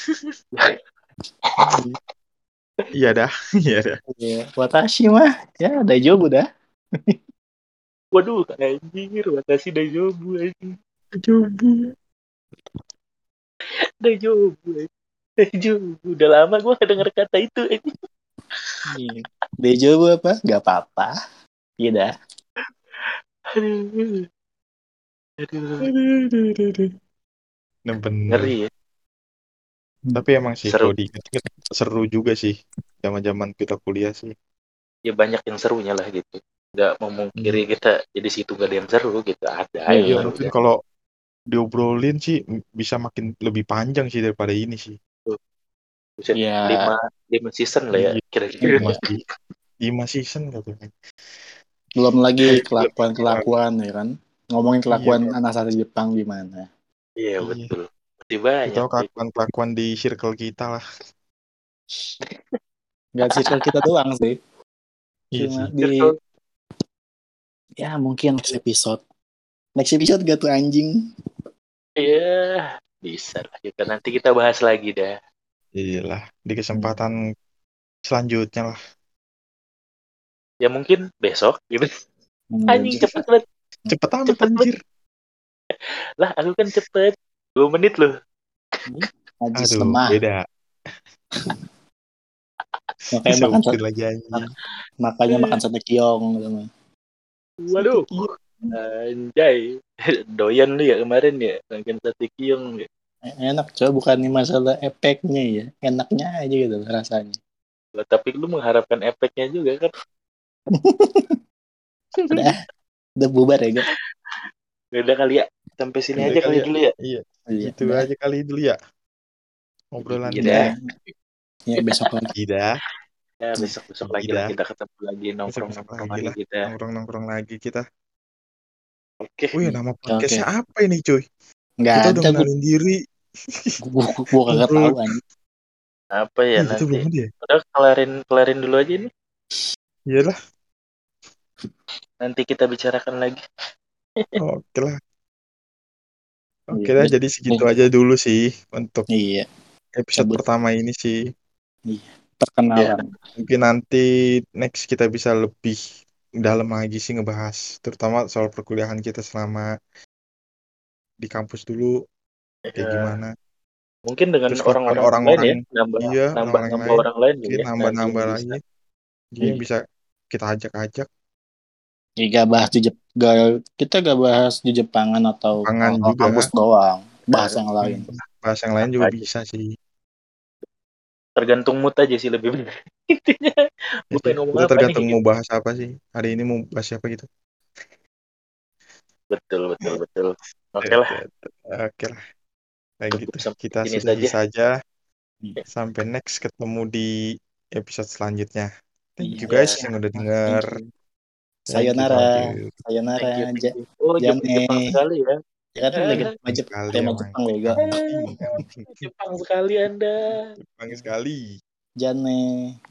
Iya dah. Iya dah. Ya, watashi mah. Ya, daijoubu dah. Waduh, anjir. Watashi Daijobu, anjir. Coba. Daijobu, anjir. Daijobu. Udah lama gue gak denger kata itu, anjir. Iya. Daijoubu apa? Gak apa-apa. Iya dah. Aduh. Aduh. Aduh, aduh, aduh. Nah, bener. Ngeri ya. Tapi emang sih Seru. kalau diinget-inget seru juga sih zaman-zaman kita kuliah sih. Ya banyak yang serunya lah gitu. Gak memungkiri Hmm. kita jadi situ gak ada yang seru gitu. Ada yang Iya, Iya. seru mungkin ya. kalau diobrolin sih bisa makin lebih panjang sih daripada ini sih. Tuh, buset, Ya, lima season lah ya Iya, kira-kira. iya. masih 5 season katanya. Belum lagi Mungkin lebih kurang. kelakuan-kelakuan ya kan. Ngomongin Iya, kelakuan anak satu Jepang gimana. Iya iya. betul. Masih Kita banyak tahu kayak gitu. kelakuan-kelakuan di circle kita lah. Gak circle kita doang sih. Iya Cuma sih. di, ya mungkin next episode. Next episode gak tuh anjing. Iya, bisa lah kita. Nanti kita bahas lagi dah. Iyalah, di Hmm. kesempatan selanjutnya lah. Ya mungkin besok gitu. Enggak Anjing juga. cepet banget. Cepet amat Cepet banget. anjir. Lah aku kan cepet. 2 menit loh. Najis Aduh, lemah. beda. Makanya makan Disebutin lagi anjing. makanya makan sate kiong gitu. Waduh. Setia. Anjay. Doyan lu ya kemarin ya. Makan sate kiong ya. Enak coba, bukan ini masalah efeknya ya. Enaknya aja gitu rasanya. Lah, tapi lu mengharapkan efeknya juga kan. Udah bubar ya gak? Udah kali ya. Sampai sini Udah aja kali kali ya. dulu ya. Iya, Iya, gitu udah. aja kali dulu ya. Obrolan Iya kita. dah. Udah. Ya besok lagi. Tidak. Ya besok lagi lah Tidak. kita ketemu lagi Besok nongkrong lagi lagi lah. kita. Nongkrong lagi kita. Oke. Oh ya, nama podcastnya Oke. apa ini cuy? Nggak Kita udah ada, kenalin diri. gue kagak tahu Ngobrol. anjing. Apa ya Kita nanti? belum ada ya? Udah kelarin dulu aja nih. Iyalah. Nanti kita bicarakan lagi. Oke lah. Oke Iya, lah, besok. jadi segitu aja dulu sih untuk Iya, episode cabut. pertama ini sih. Iya, Ya, perkenalan. Mungkin nanti next kita bisa lebih dalam lagi sih ngebahas, terutama soal perkuliahan kita selama di kampus dulu kayak ya, gimana. mungkin dengan Terus kapan orang-orang lain orang-orang, ya, nambah iya nambah orang-orang yang nambah lain, orang lain mungkin ya. Nantinya nambah-nambah bisa. lagi. Jadi Iya. bisa kita ajak-ajak Ya, gak bahas kita gak bahas di Jepangan atau pangan juga. kampus doang, bahas Ya, yang lain. Bahas yang lain apa juga aja. bisa sih. Tergantung mood aja sih lebih benar. Intinya, Ya gue sih. pengen ngomong Itu apa nih? tergantung Gitu. mau bahas apa sih. Hari ini mau bahas apa gitu. Betul. Oke lah, Oke, oke lah. Kayak cukup gitu. sampai Kita sini sudahi saja. saja. Iya. Sampai next ketemu di episode selanjutnya. Thank you Iya. guys Ya, yang udah Thank denger. you. Thank you, Sayonara. thank you. Sayonara. thank you. Oh, Jane. Jepang sekali ya. Ya kan lagi Jepang sekali tema emang. Jepang bego. Anjing. Jepang sekali Anda. Jepang sekali. Jane.